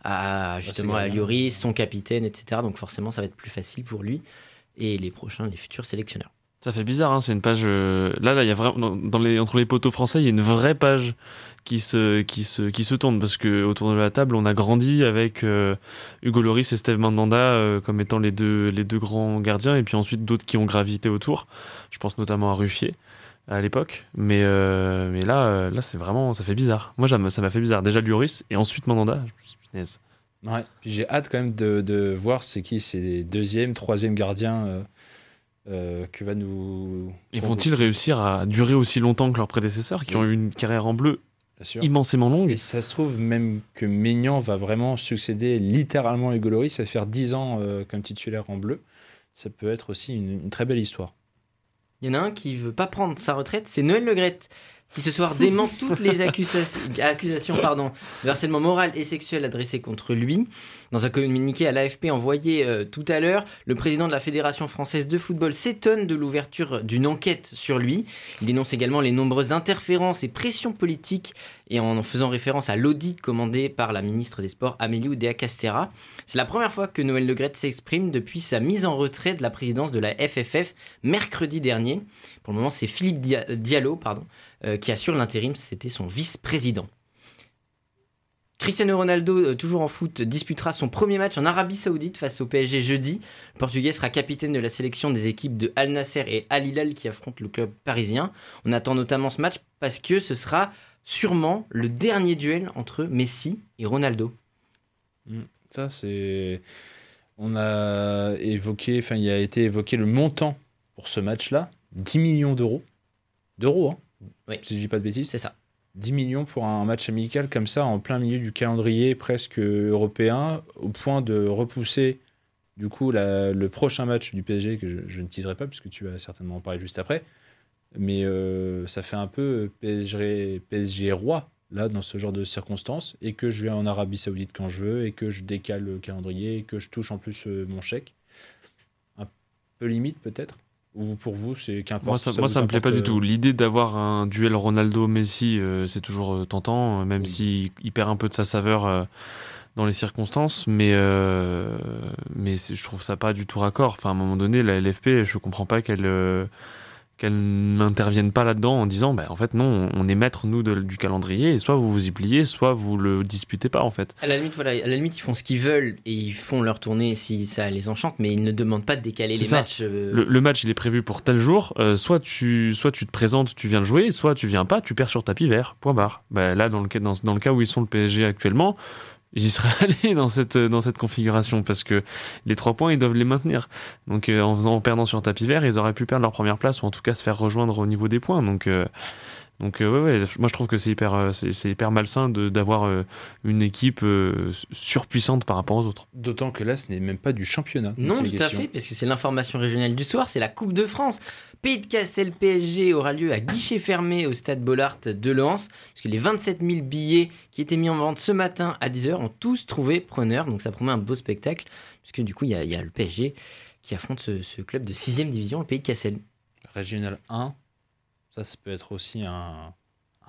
à, à, justement à Lloris, son capitaine, et cetera. Donc forcément, ça va être plus facile pour lui et les prochains, les futurs sélectionneurs. Ça fait bizarre, hein, c'est une page. Euh, là, là, il y a vraiment dans les entre les poteaux français, il y a une vraie page qui se qui se qui se tourne parce que autour de la table, on a grandi avec euh, Hugo Lloris et Steve Mandanda euh, comme étant les deux les deux grands gardiens, et puis ensuite d'autres qui ont gravité autour. Je pense notamment à Ruffier à l'époque, mais euh, mais là euh, là c'est vraiment, ça fait bizarre. Moi, ça m'a fait bizarre. Déjà Lloris et ensuite Mandanda. Punaise. Ouais. Puis j'ai hâte quand même de, de voir c'est qui ces deuxième, troisième gardiens. Euh... Euh, que va nous... Et vont-ils réussir à durer aussi longtemps que leurs prédécesseurs qui ont eu une carrière en bleu immensément longue? Et ça se trouve même que Maignan va vraiment succéder littéralement à Hugo Lloris, ça va faire dix ans euh, comme titulaire en bleu. Ça peut être aussi une, une très belle histoire. Il y en a un qui veut pas prendre sa retraite, c'est Noël Le Graët, qui ce soir dément toutes les accusations, accusations pardon, de harcèlement moral et sexuel adressées contre lui. Dans un communiqué à l'A F P envoyé euh, tout à l'heure, le président de la Fédération française de football s'étonne de l'ouverture d'une enquête sur lui. Il dénonce également les nombreuses interférences et pressions politiques, et en faisant référence à l'audit commandé par la ministre des Sports Amélie Oudéa-Castéra. C'est la première fois que Noël Le Graët s'exprime depuis sa mise en retrait de la présidence de la F F F mercredi dernier. Pour le moment, c'est Philippe Dia- Diallo pardon, euh, qui assure l'intérim, c'était son vice-président. Cristiano Ronaldo, euh, toujours en foot, disputera son premier match en Arabie Saoudite face au P S G jeudi. Le Portugais sera capitaine de la sélection des équipes de Al Nasser et Al Hilal qui affrontent le club parisien. On attend notamment ce match parce que ce sera sûrement le dernier duel entre Messi et Ronaldo. Ça, c'est... On a évoqué, enfin, il a été évoqué le montant pour ce match-là, dix millions d'euros. D'euros, hein, oui. Si je dis pas de bêtises. C'est ça. dix millions pour un match amical comme ça, en plein milieu du calendrier presque européen, au point de repousser du coup la, le prochain match du P S G, que je, je ne teaserai pas, puisque tu vas certainement en parler juste après. Mais euh, ça fait un peu P S G, P S G roi, là, dans ce genre de circonstances, et que je vais en Arabie Saoudite quand je veux, et que je décale le calendrier, et que je touche en plus euh, mon chèque. Un peu limite, peut-être. Ou pour vous, c'est qu'importe. Moi, ça, ça moi, vous ça me plaît pas importe, du tout. L'idée d'avoir un duel Ronaldo-Messi, euh, c'est toujours euh, tentant, même oui. s'il il perd un peu de sa saveur euh, dans les circonstances, mais, euh, mais je trouve ça pas du tout raccord. Enfin, à un moment donné, la L F P, je comprends pas qu'elle euh, qu'elle n'intervienne pas là-dedans en disant, bah, en fait, non, on est maître, nous, de, du calendrier, et soit vous vous y pliez, soit vous le disputez pas, en fait. À la limite, voilà, à la limite, ils font ce qu'ils veulent et ils font leur tournée si ça les enchante, mais ils ne demandent pas de décaler c'est les ça. matchs. Euh... Le, le match, il est prévu pour tel jour, euh, soit, tu, soit tu te présentes, tu viens le jouer, soit tu viens pas, tu perds sur tapis vert, point barre. Bah, là, dans le, cas, dans, dans le cas où ils sont le P S G actuellement, j'y serais allé dans cette, dans cette configuration parce que les trois points, ils doivent les maintenir. Donc, euh, en, faisant, en perdant sur tapis vert, ils auraient pu perdre leur première place ou en tout cas se faire rejoindre au niveau des points. Donc, euh, donc euh, ouais, ouais, moi, je trouve que c'est hyper, euh, c'est, c'est hyper malsain de, d'avoir euh, une équipe euh, surpuissante par rapport aux autres. D'autant que là, ce n'est même pas du championnat. Non, tout à fait, parce que c'est l'information régionale du soir, c'est la Coupe de France. Pays de Cassel P S G aura lieu à guichet fermé au stade Bollaert de Lens, parce que les vingt-sept mille billets qui étaient mis en vente ce matin à dix heures ont tous trouvé preneur, donc ça promet un beau spectacle, puisque du coup, il y, y a le P S G qui affronte ce, ce club de sixième division, le Pays de Cassel. Régional un, ça, ça peut être aussi un,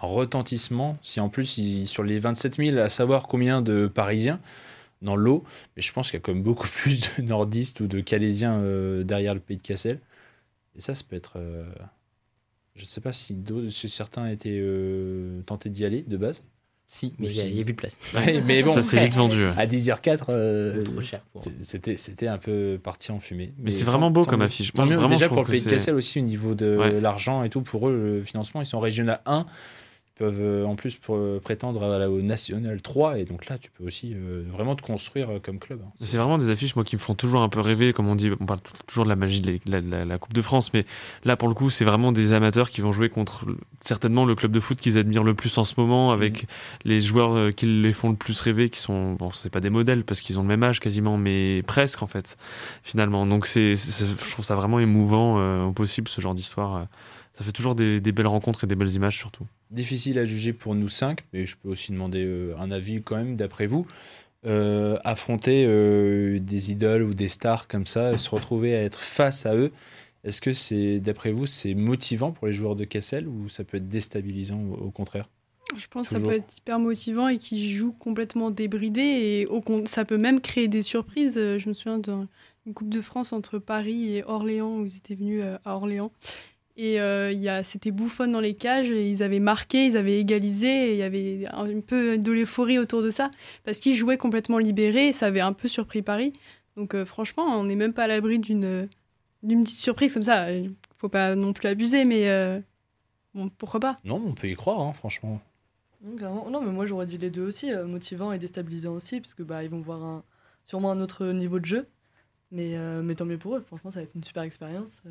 retentissement. Si en plus, il- sur les vingt-sept mille, à savoir combien de Parisiens dans le lot, mais je pense qu'il y a quand même beaucoup plus de nordistes ou de Calaisiens euh, derrière le Pays de Cassel. Et ça, ça peut être... euh, je ne sais pas si, d'autres- si certains étaient euh, tentés d'y aller de base. Si, mais il n'y a, plus de place. Ouais, mais bon, Ça, c'est vite vendu. ouais. à dix heures quatre, euh, Trop cher. Pour... c'est- c'était, c'était un peu parti en fumée. Mais c'est vraiment beau tant comme mieux. affiche. Tant Moi, mieux. vraiment, Déjà je pour trouve le Pays que de c'est- Cassel aussi, au niveau de Ouais. l'argent et tout, pour eux, le financement, ils sont régional un. Ils peuvent euh, en plus pour, euh, prétendre à la- au National trois. Et donc là, tu peux aussi euh, vraiment te construire euh, comme club. hein. C'est vraiment des affiches moi qui me font toujours un peu rêver, comme on dit, on parle t- toujours de la magie de la, de la- la Coupe de France, mais là pour le coup c'est vraiment des amateurs qui vont jouer contre le- certainement le club de foot qu'ils admirent le plus en ce moment, avec les joueurs euh, qui les font le plus rêver, qui sont, bon c'est pas des modèles parce qu'ils ont le même âge quasiment, mais presque en fait finalement. Donc c'est, c'est- je trouve ça vraiment émouvant euh, au possible ce genre d'histoire. euh. Ça fait toujours des, des belles rencontres et des belles images surtout. Difficile à juger pour nous cinq, mais je peux aussi demander euh, un avis quand même d'après vous. Euh, affronter euh, des idoles ou des stars comme ça, et se retrouver à être face à eux, est-ce que c'est, d'après vous, c'est motivant pour les joueurs de Cassel ou ça peut être déstabilisant au, au contraire? Je pense que ça Toujours. peut être hyper motivant et qu'ils jouent complètement débridés. Et au con- ça peut même créer des surprises. Euh, Je me souviens d'une Coupe de France entre Paris et Orléans, où ils étaient venus euh, à Orléans. Et euh, il y a, c'était Buffon dans les cages. Et ils avaient marqué, ils avaient égalisé. Et il y avait un, un peu de l'euphorie autour de ça. Parce qu'ils jouaient complètement libérés. Et ça avait un peu surpris Paris. Donc euh, franchement, on n'est même pas à l'abri d'une, d'une petite surprise comme ça. Il ne faut pas non plus abuser, mais euh, bon, pourquoi pas. Non, on peut y croire, hein, franchement. Non, clairement. Non, mais moi j'aurais dit les deux aussi, euh, motivant et déstabilisant aussi, parce que bah ils vont voir un, sûrement un autre niveau de jeu. Mais, euh, mais tant mieux pour eux. Franchement, ça va être une super expérience. euh.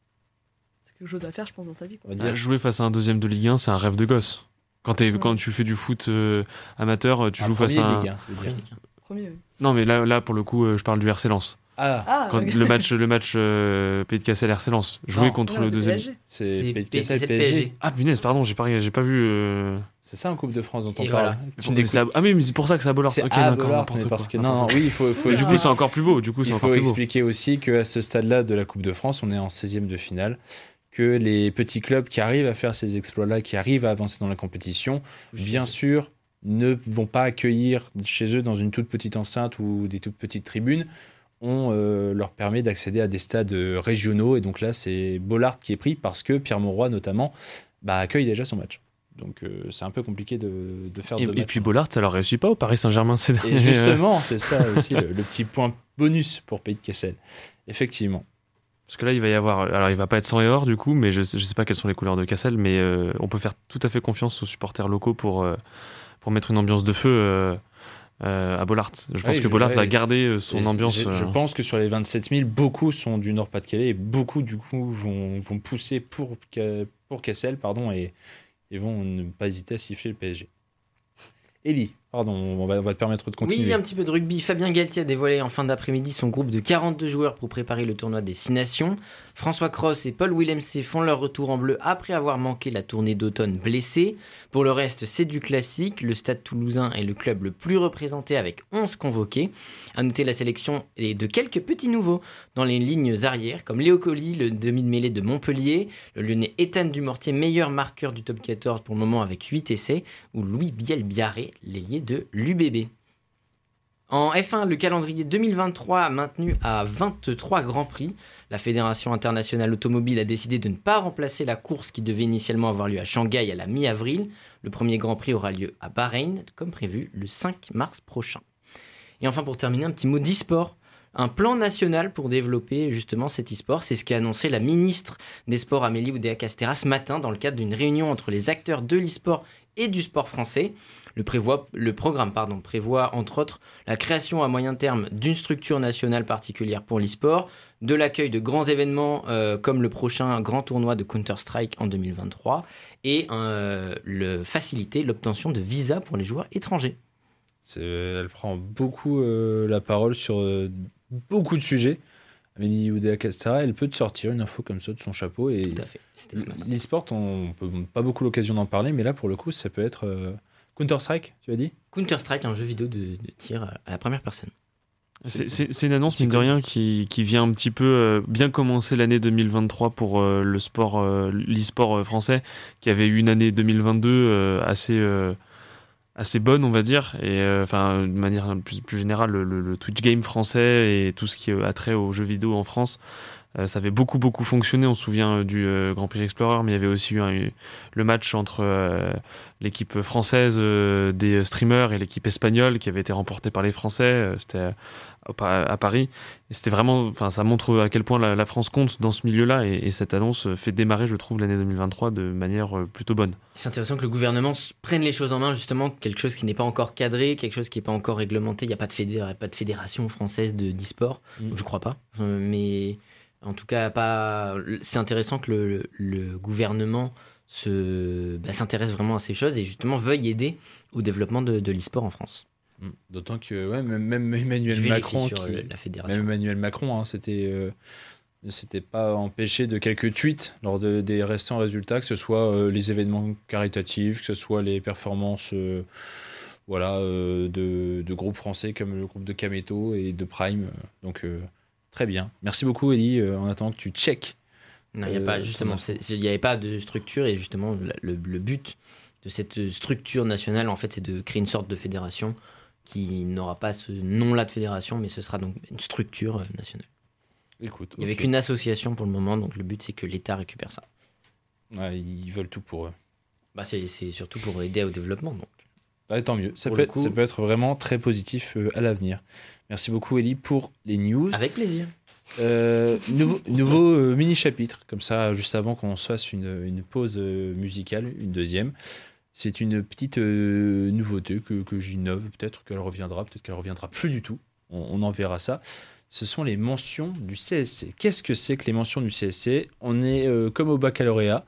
C'est quelque chose à faire, je pense, dans sa vie. Quoi. On va Euh, dire, Jouer face à un deuxième de Ligue un, c'est un rêve de gosse. Quand, t'es, Ouais. quand tu fais du foot euh, amateur, tu un joues face premier à de un... Ligue un, je veux dire. Premier, oui. Non mais là, là pour le coup, euh, je parle du R C Lens. Ah, Ah, Quand ok. le match, le match euh, Pays de Cassel R C Lens. Jouer Non. contre Non, le c'est deuxième. P S G. c'est C'est Pays de Cassel, P P S G. Ah punaise, pardon, j'ai pas, j'ai pas vu. euh, C'est ça en Coupe de France dont on Et parle. voilà. Tu mais n'écoutes- c'est à- Ah oui, mais c'est pour ça que c'est à Bollard. C'est Ok, à d'accord, Bollard, n'importe mais quoi, parce que non, n'importe non, oui, il faut, il faut quoi. Et du coup, expliquer- c'est encore plus beau. Du coup, c'est Il encore faut plus beau. expliquer aussi qu'à ce stade-là de la Coupe de France, on est en seizième de finale, que les petits clubs qui arrivent à faire ces exploits-là, qui arrivent à avancer dans la compétition, bien sûr, ne vont pas accueillir chez eux dans une toute petite enceinte ou des toutes petites tribunes. On euh, leur permet d'accéder à des stades euh, régionaux. Et donc là, c'est Bollard qui est pris parce que Pierre Mauroy, notamment, bah, accueille déjà son match. Donc euh, c'est un peu compliqué de, de faire Et, deux et matchs. puis Bollard, ça leur réussit pas au Paris Saint-Germain. C'est Et justement, c'est ça aussi le, le petit point bonus pour Pays de Cassel. Effectivement. Parce que là, il va y avoir. Alors, il va pas être sang et or du coup, mais je, je sais pas quelles sont les couleurs de Cassel, mais euh, on peut faire tout à fait confiance aux supporters locaux pour, euh, pour mettre une ambiance de feu euh, euh, à Bollard. Je pense Oui, que je- Bollard ouais. va garder euh, son Et ambiance. Je, je euh, pense que sur les vingt-sept mille, beaucoup sont du Nord-Pas-de-Calais et beaucoup, du coup, vont, vont pousser pour, Ca- pour Cassel pardon, et, et vont ne pas hésiter à siffler le P S G. Élie, pardon, on va, on va te permettre de continuer. Oui, un petit peu de rugby. Fabien Galtier a dévoilé en fin d'après-midi son groupe de quarante-deux joueurs pour préparer le tournoi des Six Nations. François Cross et Paul Willemse font leur retour en bleu après avoir manqué la tournée d'automne blessés. Pour le reste, c'est du classique. Le Stade Toulousain est le club le plus représenté avec onze convoqués. À noter la sélection et de quelques petits nouveaux dans les lignes arrières, comme Léo Colli, le demi de mêlée de Montpellier, le Lyonnais Ethan Dumortier, meilleur marqueur du top quatorze pour le moment avec huit essais, ou Louis Biel-Biarré, l'ailier de l'U B B. En F un, le calendrier deux mille vingt-trois a maintenu à vingt-trois grands prix. La Fédération internationale automobile a décidé de ne pas remplacer la course qui devait initialement avoir lieu à Shanghai à la mi-avril. Le premier grand prix aura lieu à Bahreïn, comme prévu, le cinq mars prochain. Et enfin, pour terminer, un petit mot d'e-sport. Un plan national pour développer justement cet e-sport. C'est ce qu'a annoncé la ministre des Sports Amélie Oudéa-Castéra ce matin dans le cadre d'une réunion entre les acteurs de l'e-sport et du sport français. Le, prévoit, le programme pardon, prévoit entre autres la création à moyen terme d'une structure nationale particulière pour l'e-sport, de l'accueil de grands événements euh, comme le prochain grand tournoi de Counter-Strike en deux mille vingt-trois et euh, le, faciliter l'obtention de visas pour les joueurs étrangers. C'est, elle prend beaucoup euh, la parole sur euh, beaucoup de sujets. Amélie Oudéa-Castéra, elle peut te sortir une info comme ça de son chapeau. Et Tout à fait. C'était ce matin. l'e-sport, on peut pas beaucoup l'occasion d'en parler, mais là, pour le coup, ça peut être euh, Counter-Strike, tu as dit? Counter-Strike, un jeu vidéo de, de tir à la première personne. C'est, c'est, c'est une annonce, mine de rien, qui, qui vient un petit peu euh, bien commencer l'année deux mille vingt-trois pour euh, le sport, euh, l'e-sport euh, français, qui avait eu une année deux mille vingt-deux euh, assez, euh, assez bonne, on va dire. Et enfin, de manière plus, plus générale, le, le, le Twitch game français et tout ce qui a trait aux jeux vidéo en France, euh, ça avait beaucoup, beaucoup fonctionné. On se souvient du euh, Grand Prix Explorer, mais il y avait aussi eu, un, eu le match entre euh, l'équipe française euh, des streamers et l'équipe espagnole qui avait été remportée par les Français. Euh, c'était à, à Paris. Et c'était vraiment, enfin, ça montre à quel point la, la France compte dans ce milieu-là. Et, et cette annonce fait démarrer, je trouve, l'année deux mille vingt-trois de manière plutôt bonne. C'est intéressant que le gouvernement prenne les choses en main, justement, quelque chose qui n'est pas encore cadré, quelque chose qui n'est pas encore réglementé. Il n'y a pas de, fédé- pas de fédération française de, d'e-sport, mmh. je crois pas. Euh, mais en tout cas, pas... c'est intéressant que le, le gouvernement se, bah, s'intéresse vraiment à ces choses et justement veuille aider au développement de, de l'e-sport en France. D'autant que ouais, même, même Emmanuel Macron, sur qui, la fédération. même Emmanuel Macron, hein, c'était, euh, ne s'était pas empêché de quelques tweets lors de, des récents résultats, que ce soit euh, les événements caritatifs, que ce soit les performances, euh, voilà, euh, de, de groupes français comme le groupe de Kameto et de Prime. Donc euh, très bien. Merci beaucoup, Ellie. Euh, en attendant que tu checkes. Non, il euh, n'y a pas justement, il n'y avait pas de structure et justement le, le but de cette structure nationale, en fait, c'est de créer une sorte de fédération qui n'aura pas ce nom-là de fédération, mais ce sera donc une structure nationale. Écoute, il n'y avait okay. qu'une association pour le moment, donc le but c'est que l'État récupère ça. Ouais, ils veulent tout pour eux. Bah c'est, c'est surtout pour aider au développement. Donc. Ouais, tant mieux, ça peut, être, coup, ça peut être vraiment très positif euh, à l'avenir. Merci beaucoup Ellie pour les news. Avec plaisir. Euh, nouveau nouveau euh, mini-chapitre, comme ça, juste avant qu'on se fasse une, une pause euh, musicale, une deuxième. C'est une petite euh, nouveauté que, que j'innove, peut-être qu'elle reviendra, peut-être qu'elle ne reviendra plus du tout, on, on en verra ça. Ce sont les mentions du C S C. Qu'est-ce que c'est que les mentions du C S C ? On est euh, comme au baccalauréat,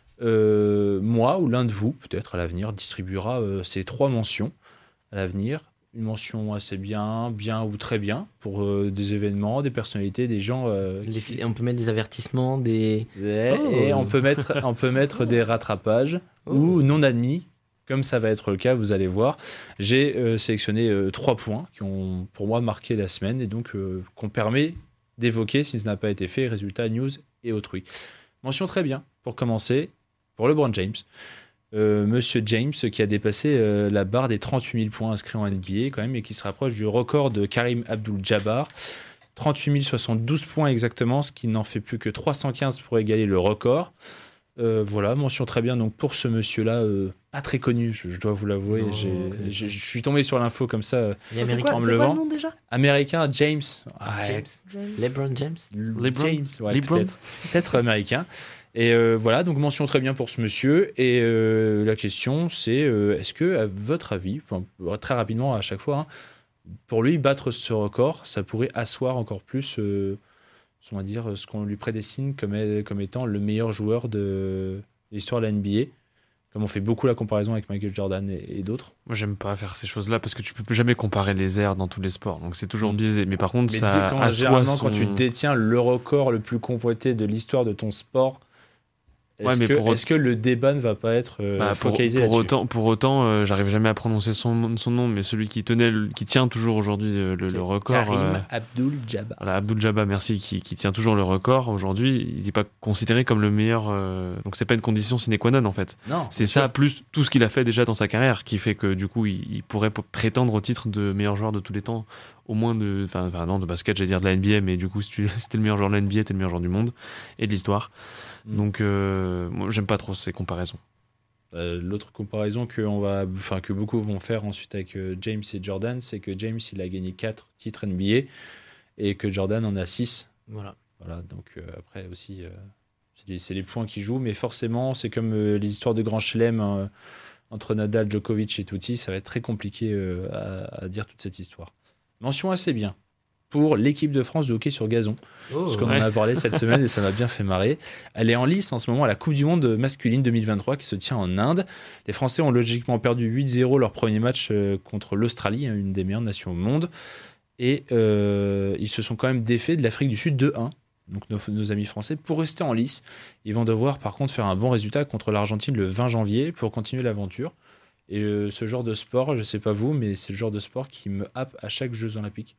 euh, moi ou l'un de vous, peut-être à l'avenir, distribuera euh, ces trois mentions à l'avenir. Une mention assez bien, bien ou très bien, pour euh, des événements, des personnalités, des gens... Euh, les, qui... On peut mettre des avertissements, des... Et, oh. et on peut mettre, on peut mettre des rattrapages oh. ou non admis, comme ça va être le cas, vous allez voir. J'ai euh, sélectionné euh, trois points qui ont, pour moi, marqué la semaine et donc euh, qu'on permet d'évoquer, si ça n'a pas été fait, résultats, news et autrui. Mention très bien, pour commencer, pour LeBron James. Euh, Monsieur James qui a dépassé euh, la barre des trente-huit mille points inscrits en N B A quand même et qui se rapproche du record de Karim Abdul-Jabbar. trente-huit mille soixante-douze points exactement, ce qui n'en fait plus que trois cent quinze pour égaler le record. Euh, voilà, mention très bien donc pour ce monsieur-là, euh, pas très connu, je, je dois vous l'avouer. Non, j'ai, j'ai, je suis tombé sur l'info comme ça euh, en me levant. C'est quoi le nom déjà ? Américain, James. Ah, James. James. LeBron James. LeBron. James, ouais, LeBron. Peut-être. peut-être américain. Et euh, voilà, donc mention très bien pour ce monsieur. Et euh, la question, c'est euh, est-ce que, à votre avis, enfin, très rapidement à chaque fois, hein, pour lui, battre ce record, ça pourrait asseoir encore plus, euh, on va dire, ce qu'on lui prédestine comme, comme étant le meilleur joueur de l'histoire de la N B A, comme on fait beaucoup la comparaison avec Michael Jordan et, et d'autres. Moi, j'aime pas faire ces choses-là parce que tu peux jamais comparer les airs dans tous les sports, donc c'est toujours biaisé. Mais par contre, Mais ça quand, assoit généralement, son... quand tu détiens le record le plus convoité de l'histoire de ton sport, Est-ce, ouais, mais que, pour... est-ce que le débat ne va pas être euh, bah, focalisé pour, pour là-dessus autant, Pour autant, euh, j'arrive jamais à prononcer son, son nom, mais celui qui tenait, le, qui tient toujours aujourd'hui le, le, le record. Karim euh, Abdul-Jabbar. Voilà, Abdul-Jabbar, merci, qui, qui tient toujours le record aujourd'hui. Il n'est pas considéré comme le meilleur. Euh, donc c'est pas une condition sine qua non en fait. Non. C'est ça sûr. Plus tout ce qu'il a fait déjà dans sa carrière qui fait que du coup il, il pourrait prétendre au titre de meilleur joueur de tous les temps. Au moins de, enfin, enfin non de basket, j'allais dire de la N B A, mais du coup si tu si t'es le meilleur joueur de la N B A, t'es le meilleur joueur du monde et de l'histoire. Mm. Donc euh, moi j'aime pas trop ces comparaisons. Euh, l'autre comparaison que on va, enfin que beaucoup vont faire ensuite avec euh, James et Jordan, c'est que James il a gagné quatre titres N B A et que Jordan en a six. Voilà. Voilà. Donc euh, après aussi, euh, c'est, les, c'est les points qui jouent, mais forcément c'est comme euh, les histoires de Grand Chelem euh, entre Nadal, Djokovic et Tutti, ça va être très compliqué euh, à, à dire toute cette histoire. Mention assez bien pour l'équipe de France de hockey sur gazon. Oh, parce qu'on ouais. en a parlé cette semaine et ça m'a bien fait marrer. Elle est en lice en ce moment à la Coupe du Monde masculine deux mille vingt-trois qui se tient en Inde. Les Français ont logiquement perdu huit zéro leur premier match contre l'Australie, une des meilleures nations au monde. Et euh, ils se sont quand même défaits de l'Afrique du Sud deux un. Donc nos, nos amis français, pour rester en lice, ils vont devoir par contre faire un bon résultat contre l'Argentine le vingt janvier pour continuer l'aventure. Et euh, ce genre de sport, je sais pas vous, mais c'est le genre de sport qui me happe à chaque Jeux Olympiques.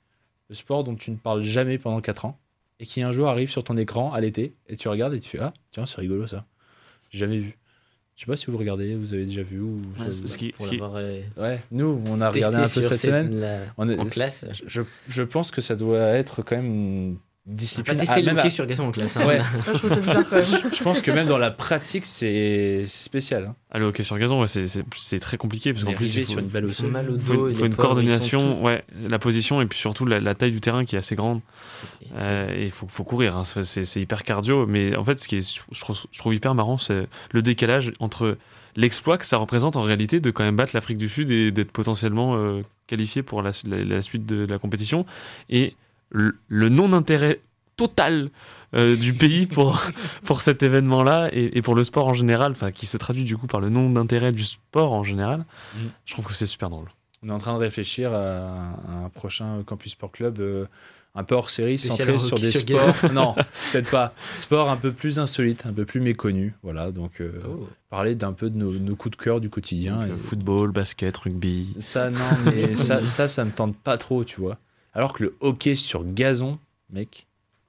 le sport dont tu ne parles jamais pendant quatre ans, et qui un jour arrive sur ton écran à l'été, et tu regardes et tu fais « Ah, tiens, c'est rigolo ça. J'ai jamais vu. » Je sais pas si vous le regardez, vous avez déjà vu ou... Ouais, je- c'est ce qui- Pour ce qui- l'avoir, euh, Ouais, nous, on a testé regardé un peu sur cette cette- semaine. la- On est- en classe. Je, je pense que ça doit être quand même une On n'a discipline... pas testé Ah, le même hockey à- sur gazon en classe. hein. Ouais. Ah, je trouve ça bizarre quand même. Je pense que même dans la pratique, c'est c'est spécial. Hein. Ah, le hockey sur gazon, ouais, c'est, c'est, c'est très compliqué parce On qu'en est plus, arrivé il faut, sur une balle au Ils sol. ont mal au faut dos. une, et faut les une pauvres, coordination, ils ouais, la position et puis surtout la, la taille du terrain qui est assez grande. sont tout- Euh, et il faut, faut courir, hein, c'est, c'est- c'est hyper cardio. Mais en fait, ce qui est, je, trouve, je trouve hyper marrant, c'est le décalage entre l'exploit que ça représente en réalité de quand même battre l'Afrique du Sud et d'être potentiellement euh, qualifié pour la, la- la suite de la compétition et le, le non-intérêt total euh, du pays pour, pour cet événement-là et, et pour le sport en général, enfin, qui se traduit du coup par le non-intérêt du sport en général. Mm. Je trouve que c'est super drôle. On est en train de réfléchir à un prochain Campus Sport Club, euh, un peu hors série, Spécial centré en sur hockey des sur sports. Non, peut-être pas. Sport un peu plus insolite, un peu plus méconnu. Voilà, donc euh, Oh. parler d'un peu de nos, nos coups de cœur du quotidien. Donc, Et euh, football, basket, rugby. Ça, non, mais ça, ça, ça me tente pas trop, tu vois. Alors que le hockey sur gazon, mec.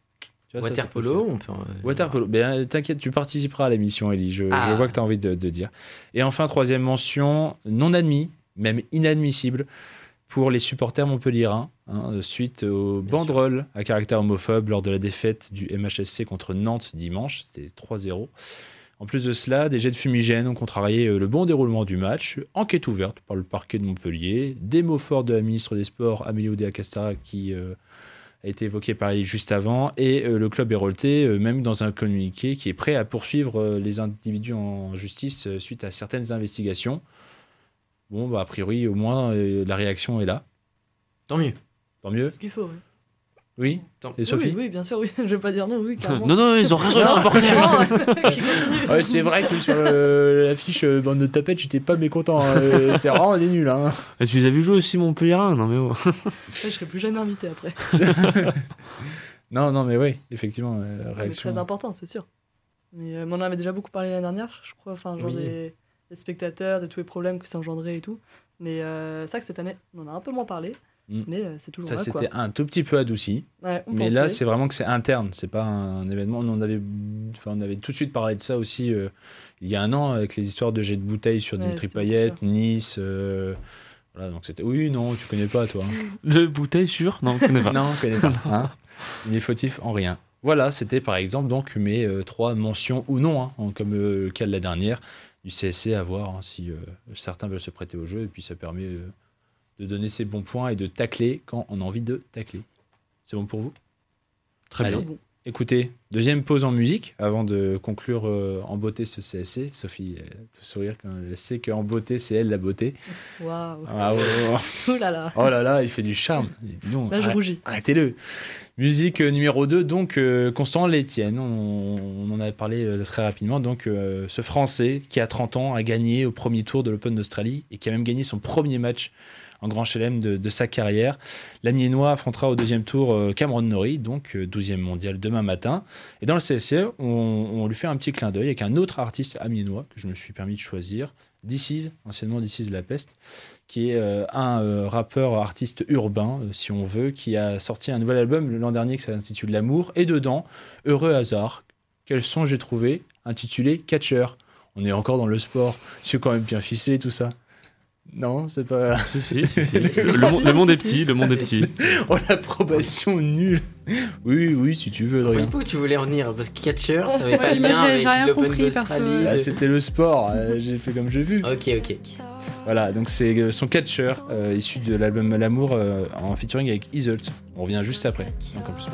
Tu vois, ça, ça peut le Waterpolo, faire. on peut. euh, Waterpolo, ben, euh, t'inquiète, tu participeras à la mission, Ellie. Je, Ah. je vois que tu as envie de, de dire. Et enfin, troisième mention, non admis, même inadmissible, pour les supporters montpelliérains, hein, suite aux Bien banderoles à caractère homophobe lors de la défaite du M H S C contre Nantes dimanche. C'était trois zéro. En plus de cela, des jets de fumigène ont contrarié euh, le bon déroulement du match. Enquête ouverte par le parquet de Montpellier. Des mots forts de la ministre des Sports, Amélie Oudéa-Castéra, qui euh, a été évoqué par elle juste avant. Et euh, le club Héroltais, euh, même dans un communiqué, qui est prêt à poursuivre euh, les individus en justice euh, suite à certaines investigations. Bon, bah, a priori, au moins, euh, la réaction est là. Tant mieux. Tant mieux. C'est ce qu'il faut. Oui. Oui. Tant- Et Sophie oui, oui, bien sûr, oui. Je vais pas dire non, oui, carrément. Non, non, ils ont raison, les supporters. Non, qui continue. Ouais, c'est vrai que sur le- l'affiche euh, bande de tapettes, j'étais pas mécontent. hein. Euh, c'est vraiment des nuls. Hein. Et tu les as vu jouer aussi, Montpellierin? Non, mais oh. Ouais, je serai plus jamais invité après. Non, non, mais oui, effectivement. euh, Mais réaction. très important, c'est sûr. Mais euh, mais on en avait déjà beaucoup parlé l'année dernière, je crois, enfin, genre Oui. des, des spectateurs, de tous les problèmes que ça engendrait et tout. Mais euh, c'est vrai que cette année, on en a un peu moins parlé, Mm. mais euh, c'est toujours Ça là, quoi. s'était un tout petit peu adouci. Ouais, on Mais pensait. là, c'est vraiment que c'est interne. C'est pas un événement. On, en avait, enfin, on avait tout de suite parlé de ça aussi euh, il y a un an avec les histoires de jets de bouteilles sur Ouais, Dimitri c'était Payet, beaucoup Nice. euh, voilà, donc c'était. Oui, non, tu connais pas, toi. hein. Le bouteille sûr? Non, je connais pas. Non, on connaît pas. Hein. Il est fautif en rien. Voilà, c'était par exemple donc mes euh, trois mentions ou non, hein, en- comme euh, le cas de la dernière, du C S C à voir hein, si euh, certains veulent se prêter au jeu. Et puis ça permet euh, de donner ses bons points et de tacler quand on a envie de tacler. C'est bon pour vous? Très Allez. bien. Bon. Écoutez, deuxième pause en musique avant de conclure euh, en beauté ce C S C. Sophie, euh, tout sourire quand elle sait qu'en beauté, c'est elle la beauté. Waouh. Ah, oh, oh, Ouh là là. oh là là, il fait du charme. Dis donc, Là, je arrête- rougis. arrêtez-le. Musique euh, numéro deux, donc euh, Constant Létienne. On, on en a parlé euh, très rapidement. Donc, euh, ce Français qui a trente ans a gagné au premier tour de l'Open d'Australie et qui a même gagné son premier match en Grand Chelem de, de sa carrière. L'Amiénois affrontera au deuxième tour euh, Cameron Norrie, donc euh, douzième mondial demain matin. Et dans le C S C, on, on lui fait un petit clin d'œil avec un autre artiste amiénois que je me suis permis de choisir, This Is, anciennement This Is La Peste, qui est euh, un euh, rappeur artiste urbain, euh, si on veut, qui a sorti un nouvel album l'an dernier qui s'intitule L'amour. Et dedans, heureux hasard, quel son j'ai trouvé, intitulé Catcher. On est encore dans le sport. C'est quand même bien ficelé tout ça. Non, c'est pas. Si, si, si, si. Le, le monde- le monde est petit, le monde est petit. Oh, l'approbation nulle. Oui, oui, si tu veux, Je Adrien. sais pas où tu voulais en venir, parce que catcher, ça avait Ouais, pas de moi, lien j'ai- avec j'ai rien l'Open compris, perso. d'Australie. Ah, c'était le sport, euh, j'ai fait comme j'ai vu. Ok, ok. Voilà, donc c'est euh, son catcher, euh, issu de l'album L'amour, euh, en featuring avec Isolt. On revient juste après. Donc, en plus.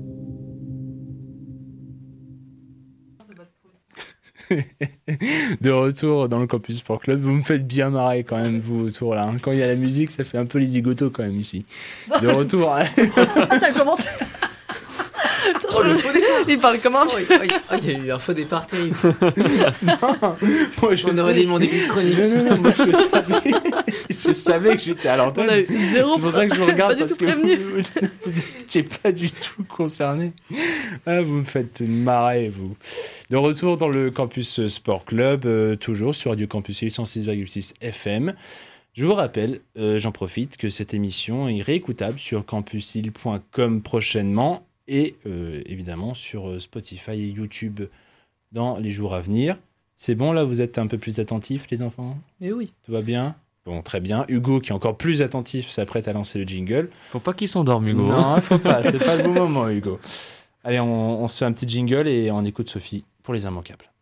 De retour dans le Campus Sport Club, vous me faites bien marrer quand même, vous, autour là. hein. Quand il y a la musique, ça fait un peu les zigotos quand même ici. De retour. hein. Ah, ça commence. Oh, le faux départ. Il parle comme un Oh, vieux. il oh, il y a eu un faux départ terrible. Moi, je On aurait sais- dû demander une chronique. Non, non, non, moi je savais, je savais que j'étais à On l'antenne. a eu zéro. C'est pour ça que je vous regarde, Pas du parce tout que prévenu. vous, vous n'étiez pas du tout concerné. Ah, vous me faites marrer, vous. De retour dans le Campus Sport Club, euh, toujours sur Radio Campus Lille cent six virgule six F M. Je vous rappelle, euh, j'en profite, que cette émission est réécoutable sur campus hill point com prochainement et euh, évidemment sur Spotify et YouTube dans les jours à venir. C'est bon, là, vous êtes un peu plus attentifs, les enfants ? Mais oui. Tout va bien ? Bon, très bien. Hugo, qui est encore plus attentif, s'apprête à lancer le jingle. Faut pas qu'il s'endorme, Hugo. Non, il faut pas. C'est pas le bon moment, Hugo. Allez, on, on se fait un petit jingle et on écoute Sophie pour les immanquables.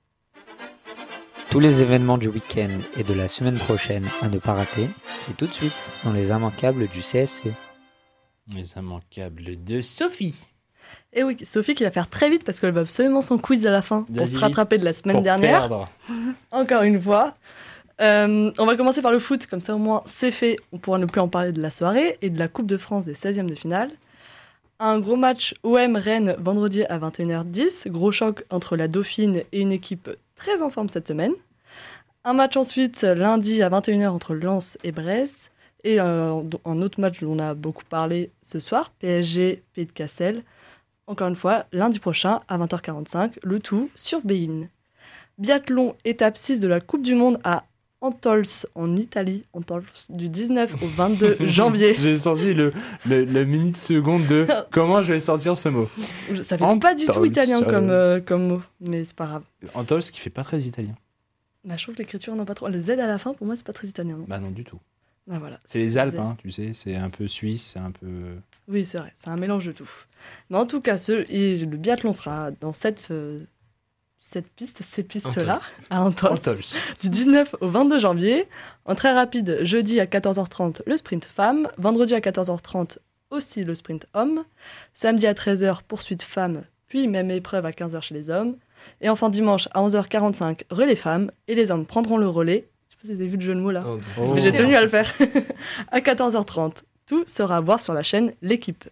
Tous les événements du week-end et de la semaine prochaine à ne pas rater, c'est tout de suite dans les immanquables du C S C. Les immanquables de Sophie. Et oui, Sophie qui va faire très vite parce qu'elle va absolument son quiz à la fin pour Vas-y se vite. rattraper de la semaine Pour dernière. perdre. Encore une fois. Euh, on va commencer par le foot, comme ça au moins c'est fait. On pourra ne plus en parler de la soirée et de la Coupe de France des seizièmes de finale. Un gros match O M-Rennes vendredi à vingt et une heures dix. Gros choc entre la Dauphine et une équipe très en forme cette semaine. Un match ensuite lundi à vingt et une heures entre Lens et Brest. Et euh, un autre match dont on a beaucoup parlé ce soir, P S G, Pays de Cassel. Encore une fois, lundi prochain à vingt heures quarante-cinq, le tout sur Bein. Biathlon, étape six de la Coupe du Monde à Antols en Italie, Antols, du dix-neuf au vingt-deux janvier. J'ai senti le, le, le minute seconde de comment je vais sortir ce mot. Ça fait pas du tout Antols, italien ça- comme, euh, comme mot, mais c'est pas grave. Antols qui fait pas très italien. Bah, je trouve que l'écriture n'a pas trop. Le Z à la fin, pour moi, c'est pas très italien. Non Bah non, du tout. Bah, voilà. C'est les ce que je Alpes, disais. hein, tu sais, c'est un peu suisse, c'est un peu... Oui, c'est vrai, c'est un mélange de tout. Mais en tout cas, ce, et le biathlon sera dans cette, euh, cette piste, ces pistes-là, à Antols, Antols. du dix-neuf au vingt-deux janvier. En très rapide, jeudi à quatorze heures trente, le sprint femme. Vendredi à quatorze heures trente, aussi le sprint homme. Samedi à treize heures, poursuite femme, puis même épreuve à quinze heures chez les hommes. Et enfin dimanche à onze heures quarante-cinq, relais femmes. Et les hommes prendront le relais. Je sais pas si vous avez vu le jeu de mots là. Oh, bien. Oh. Mais j'ai tenu à le faire. À quatorze heures trente. Tout sera à voir sur la chaîne L'équipe.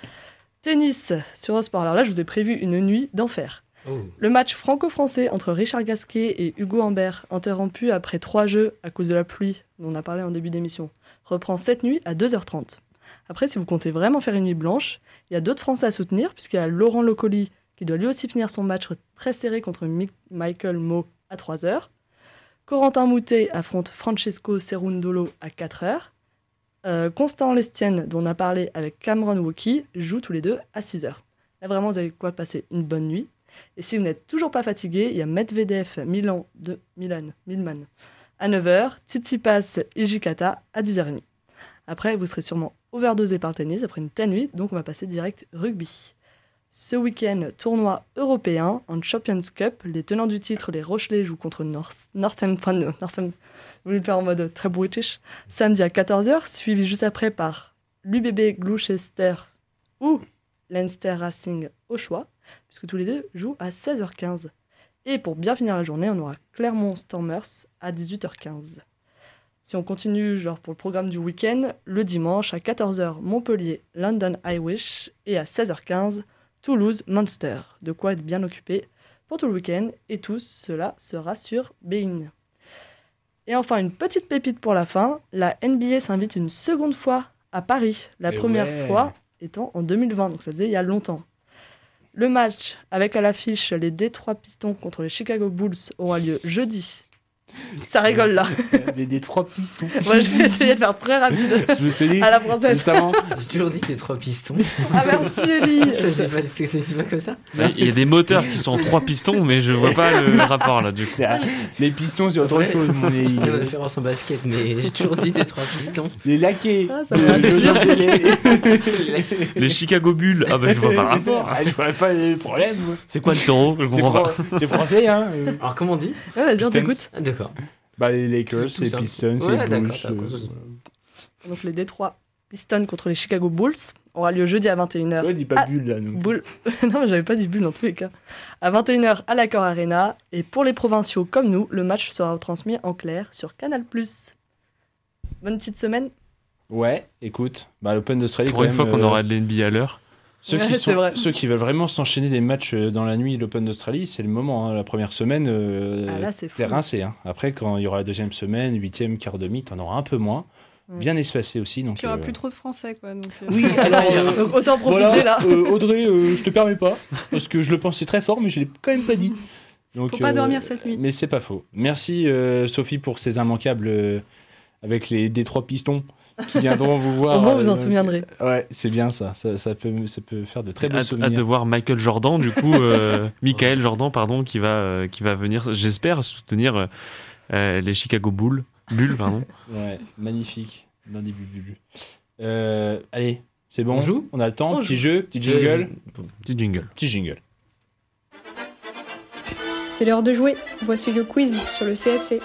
Tennis sur Eurosport. Alors là, je vous ai prévu une nuit d'enfer. Oh. Le match franco-français entre Richard Gasquet et Hugo Humbert, interrompu après trois jeux à cause de la pluie, dont on a parlé en début d'émission, reprend cette nuit à deux heures trente. Après, si vous comptez vraiment faire une nuit blanche, il y a d'autres Français à soutenir, puisqu'il y a Laurent Locoli, qui doit lui aussi finir son match très serré contre Mi- Michael Mo à trois heures. Corentin Moutet affronte Francesco Cerundolo à quatre heures. Euh, Constant Lestienne, dont on a parlé avec Cameron Wauquiez, jouent tous les deux à six heures. Là, vraiment, vous avez quoi passer une bonne nuit. Et si vous n'êtes toujours pas fatigué, il y a Medvedev Milan de Milan, Milman à neuf heures, Tsitsipas Hijikata à dix heures trente. Après, vous serez sûrement overdosé par le tennis après une telle nuit, donc on va passer direct rugby. Ce week-end, tournoi européen en Champions Cup. Les tenants du titre, les Rochelais, jouent contre North, Northampton. Northam, vous voulez le faire en mode très british. Samedi à quatorze heures, suivi juste après par l'U B B Gloucester ou Leinster Racing au choix, puisque tous les deux jouent à seize heures quinze. Et pour bien finir la journée, on aura Clermont Stormers à dix-huit heures quinze. Si on continue genre pour le programme du week-end, le dimanche à quatorze heures, Montpellier London Irish et à seize heures quinze, Toulouse Munster. De quoi être bien occupé pour tout le week-end, et tout cela sera sur Bein. Et enfin, une petite pépite pour la fin, la N B A s'invite une seconde fois à Paris, la Et première ouais. fois étant en deux mille vingt, donc ça faisait il y a longtemps. Le match avec à l'affiche les Détroit Pistons contre les Chicago Bulls aura lieu jeudi. Ça rigole là. Des, des trois pistons. Moi je vais essayer de faire très rapide Je me suis dit, à la française. récemment, J'ai toujours dit que t'es trois pistons. Ah merci Ellie. Ça, c'est pas, c'est, c'est pas comme ça. Il y a des moteurs qui sont en trois pistons, mais je vois pas le rapport là du coup. les pistons sur autre Ouais. chose, mon Il y a une les, référence en basket, mais j'ai toujours dit des trois pistons. les laquais. Ah, ça de- me de- rassure. de- Les Chicago Bulls, ah bah je vois pas le rapport. Ah, je vois pas les problèmes. moi. C'est quoi le taureau? Je C'est comprends pas. fran- c'est français, hein. euh. Alors, comment on dit Ouais, vas-y, on Pistons. t'écoute. Ah, d'accord. Bah, les Lakers, Tout les ça. Pistons, Ouais, les d'accord, Bulls. d'accord. euh, Donc les Détroit Pistons contre les Chicago Bulls aura lieu jeudi à vingt et une heures. Ouais, dis pas Ah, bulle là. Donc. Bull... non, mais j'avais pas dit bulle dans tous les cas. À vingt et une heures à l'Accor Arena. Et pour les provinciaux comme nous, le match sera retransmis en clair sur Canal plus. Bonne petite semaine. Ouais, écoute, bah, l'Open d'Australie, Pour quand une fois même, qu'on euh, aura de l'N B A à l'heure. Ceux, Ouais, qui c'est sont, vrai. ceux qui veulent vraiment s'enchaîner des matchs euh, dans la nuit de l'Open d'Australie, c'est le moment. hein. La première semaine, euh, Ah, là, c'est fou. t'es rincé. Hein. Après, quand il y aura la deuxième semaine, huitième, quart demi, t'en auras un peu moins. Ouais. Bien espacé aussi. Donc, Puis il n'y aura euh, plus trop de français, quoi. Donc, euh, Oui, alors, euh, Donc, autant profiter voilà, là. euh, Audrey, euh, je te permets pas, parce que je le pensais très fort, mais je l'ai quand même pas dit. Donc, Faut pas dormir cette nuit. Mais c'est pas faux. Merci euh, Sophie pour ces immanquables euh, avec les des trois pistons qui viendront vous voir. Au moins, vous en euh, souviendrez. Ouais, c'est bien ça. Ça, ça, peut, ça peut faire de très beaux Hâte, souvenirs. hâte de voir Michael Jordan, du coup, euh, Michael Jordan, pardon, qui va, euh, qui va venir, j'espère, soutenir euh, les Chicago Bulls. Bulls, pardon. Ouais, magnifique. Dans des bulles. Euh, allez, c'est bon. On joue On a le temps. On Petit joue. jeu, petit jingle. Petit jingle. Petit jingle. C'est l'heure de jouer. Voici le quiz sur le C S C.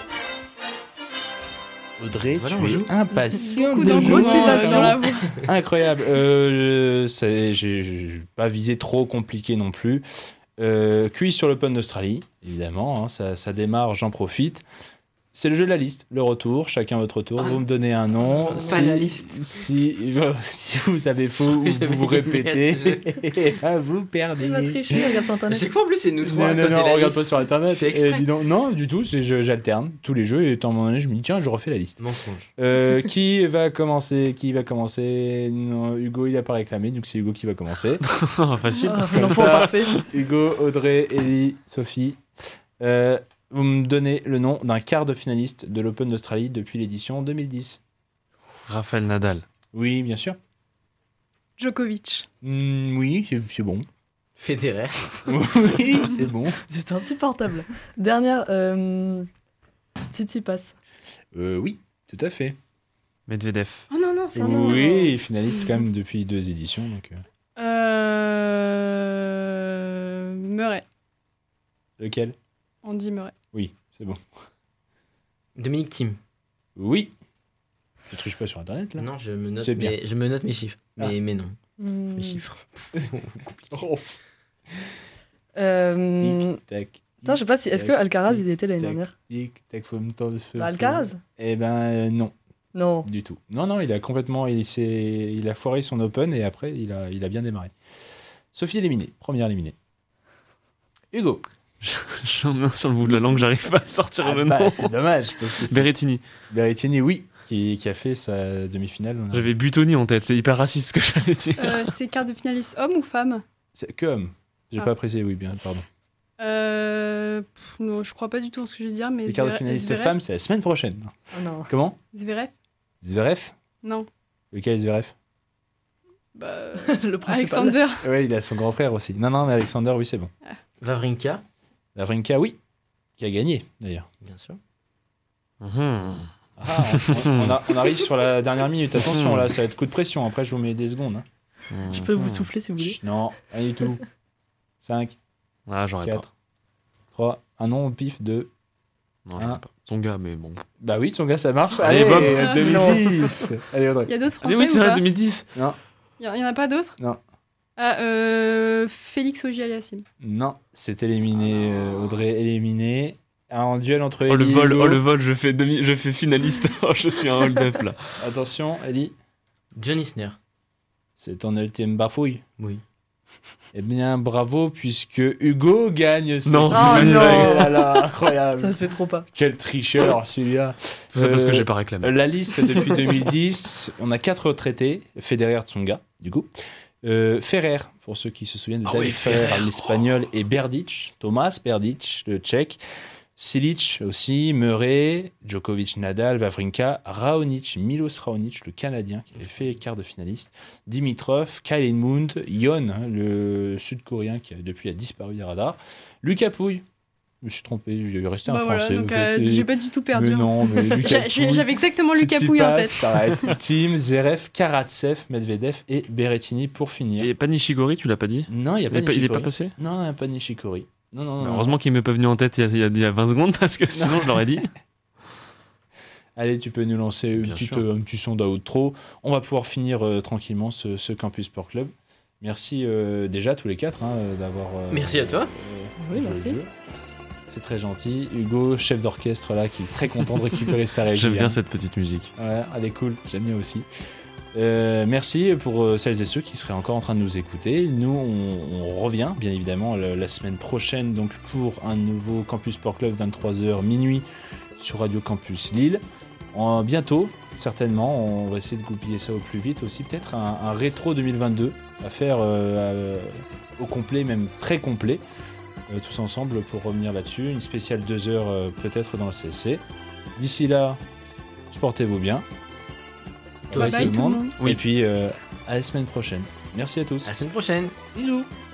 Audrey, Voilà, tu on es joue. impatient Beaucoup de jouer. d'engouement dans la voix. Incroyable. Euh, ça, j'ai, j'ai pas visé trop compliqué non plus. Euh, quiz sur l'Open d'Australie, évidemment. Hein, ça, ça démarre, j'en profite. C'est le jeu de la liste, le retour, chacun votre tour. Vous me donnez un nom. Pas si, la liste. Si, si vous avez faux ou J'avais vous vous oublié répétez, ce ben, vous perdez. Il va tricher, regarde sur À internet. chaque fois, en plus, c'est nous trois. Non, non, quand non, c'est la regarde liste. pas sur internet. Tu fais exprès. Eh, dis donc, non, du tout, c'est, je- j'alterne tous les jeux et à un moment donné, je me dis, tiens, je refais la liste. Mensonge. Euh, qui va commencer Qui va commencer Non, Hugo, il a pas réclamé, donc c'est Hugo qui va commencer. Facile. Ah, Comme l'enfant ça. parfait. Hugo, Audrey, Ellie, Sophie. Euh, vous me donnez le nom d'un quart de finaliste de l'Open d'Australie depuis l'édition deux mille dix. Raphaël Nadal. Oui, bien sûr. Djokovic. Hmm, oui, c'est, c'est bon. Federer. Oui, c'est bon. C'est insupportable. Dernière, euh... Tsitsipas. Euh, oui, tout à fait. Medvedev. Oh non, non, c'est un nom. Oui, finaliste quand même depuis deux éditions. Donc, euh, Euh... Murray. lequel Andy Murray. Oui, c'est bon. Dominique Thiem. Oui. Je triche pas sur internet là. Non, je me note, C'est bien. mes, je me note mes chiffres. Ah. Mais, mais non, Hmm. mes chiffres. Oh. Euh... Tic tac. Putain, je sais pas si. Est-ce que Alcaraz il était l'année Tac. dernière Tic tac, faut me tendre le feu. Bah, Alcaraz Eh ben euh, non, Non. du tout. Non, non, il a complètement, il s'est, il a foiré son Open et après il a, il a bien démarré. Sophie éliminée, première éliminée. Hugo. J'ai un main sur le bout de la langue, j'arrive pas à sortir Ah le bah, nom. c'est dommage parce que c'est Berrettini. Berrettini, oui, qui, qui a fait sa demi-finale. On a- J'avais Buitoni en tête, c'est hyper raciste ce que j'allais dire. Euh, c'est quart de finaliste homme ou femme C'est que homme. J'ai Ah. pas apprécié, oui, bien, pardon. euh... pff, Non, je crois pas du tout en ce que je vais dire, mais Les quarts de Zverev- finaliste Zverev femme, c'est la semaine prochaine. Oh non. Comment Zverev Zverev Non. Lequel Zverev Bah, Le principal. Alexander. Oui, il a son grand frère aussi. Non, non, mais Alexander, oui, c'est bon. Wawrinka, Wawrinka, oui, qui a gagné d'ailleurs. bien sûr. Mhm. Ah, on, on a- on arrive sur la dernière minute. Attention, là, ça va être coup de pression. Après, je vous mets des secondes. hein. Je peux vous souffler si vous voulez. Chut, non, pas du tout. cinq, Ah, j'aurais pas. quatre, trois, un nom au pif de. Non, j'aurais Un. pas. Son gars, mais bon. Bah oui, son gars, ça marche. Allez, Allez, Bob. deux mille dix. Allez, Audrey. Il y a d'autres Ah, mais Français oui, c'est ou vrai, pas deux mille dix. Non, Il y, en a pas d'autres Non. Ah, euh... Félix Auger-Aliassime. non, c'est éliminé. euh, Audrey éliminée. Un duel entre Oh le Ellie et vol, Hugo. oh le vol, je fais demi, je fais finaliste. Oh, je suis un hold-up là. Attention, Ellie. John Isner. C'est ton ultime bafouille. Oui. Eh bien, bravo, puisque Hugo gagne ce Non, jeu. c'est magnifique. Oh là là, incroyable. Ça se fait trop pas. Quel tricheur, celui-là. Tout ça parce que Euh, j'ai pas réclamé. La liste depuis deux mille dix, on a quatre retraités. Federer, Tsonga, du coup. Euh, Ferrer, pour ceux qui se souviennent de Ah David oui, Ferrer, Ferrer. l'espagnol, et Berdych, Thomas Berdych, le tchèque. Silic aussi, Murray, Djokovic, Nadal, Wawrinka, Raonic, Milos Raonic, le Canadien qui avait fait quart de finaliste, Dimitrov, Kyle Edmund, Yon, hein, le Sud-Coréen qui a, depuis a disparu des radars, Lucas Pouille. Je me suis trompé, j'ai resté Bah un voilà, Français. donc vous euh, faites- j'ai pas du tout perdu. Mais hein. non, mais Lucas J'a- j'ai- Pouille, J'avais exactement Lucas Pouille en tête. Tsitsipas, ça va être Thiem, Zverev, Karatsev, Medvedev et Berrettini pour finir. Et pas Nishikori, tu l'as pas dit? Non, il n'y a Il pas est pas, il est Nishikori. pas passé? Non, il n'y a pas Nishikori. Non, non, non. Bah, non. heureusement qu'il m'est pas venu en tête il y a, il y a- il y a vingt secondes parce que sinon je l'aurais dit. Allez, tu peux nous lancer une Bien petite, sûr. euh, un petit son d'outro. On va pouvoir finir euh, tranquillement ce, ce Campus Sport Club. Merci euh, déjà à tous les quatre hein, euh, d'avoir. euh, Merci à toi. euh, Oui, joué merci. le jeu. C'est très gentil. Hugo, chef d'orchestre là, qui est très content de récupérer sa régie. J'aime bien hein. cette petite musique. Ouais, elle est cool, j'aime bien aussi. Euh, merci pour euh, celles et ceux qui seraient encore en train de nous écouter. Nous, on, on revient bien évidemment le- la semaine prochaine donc pour un nouveau Campus Sport Club vingt-trois heures minuit sur Radio Campus Lille. En, bientôt, certainement, on va essayer de goupiller ça au plus vite aussi. Peut-être un, un rétro deux mille vingt-deux à faire euh, à- au complet, même très complet, euh, tous ensemble pour revenir là-dessus. Une spéciale deux heures euh, peut-être dans le C S C. D'ici là, Portez-vous bien. Bye bye tout le monde. Et puis, euh, à la semaine prochaine. Merci à tous. À la semaine prochaine. Bisous.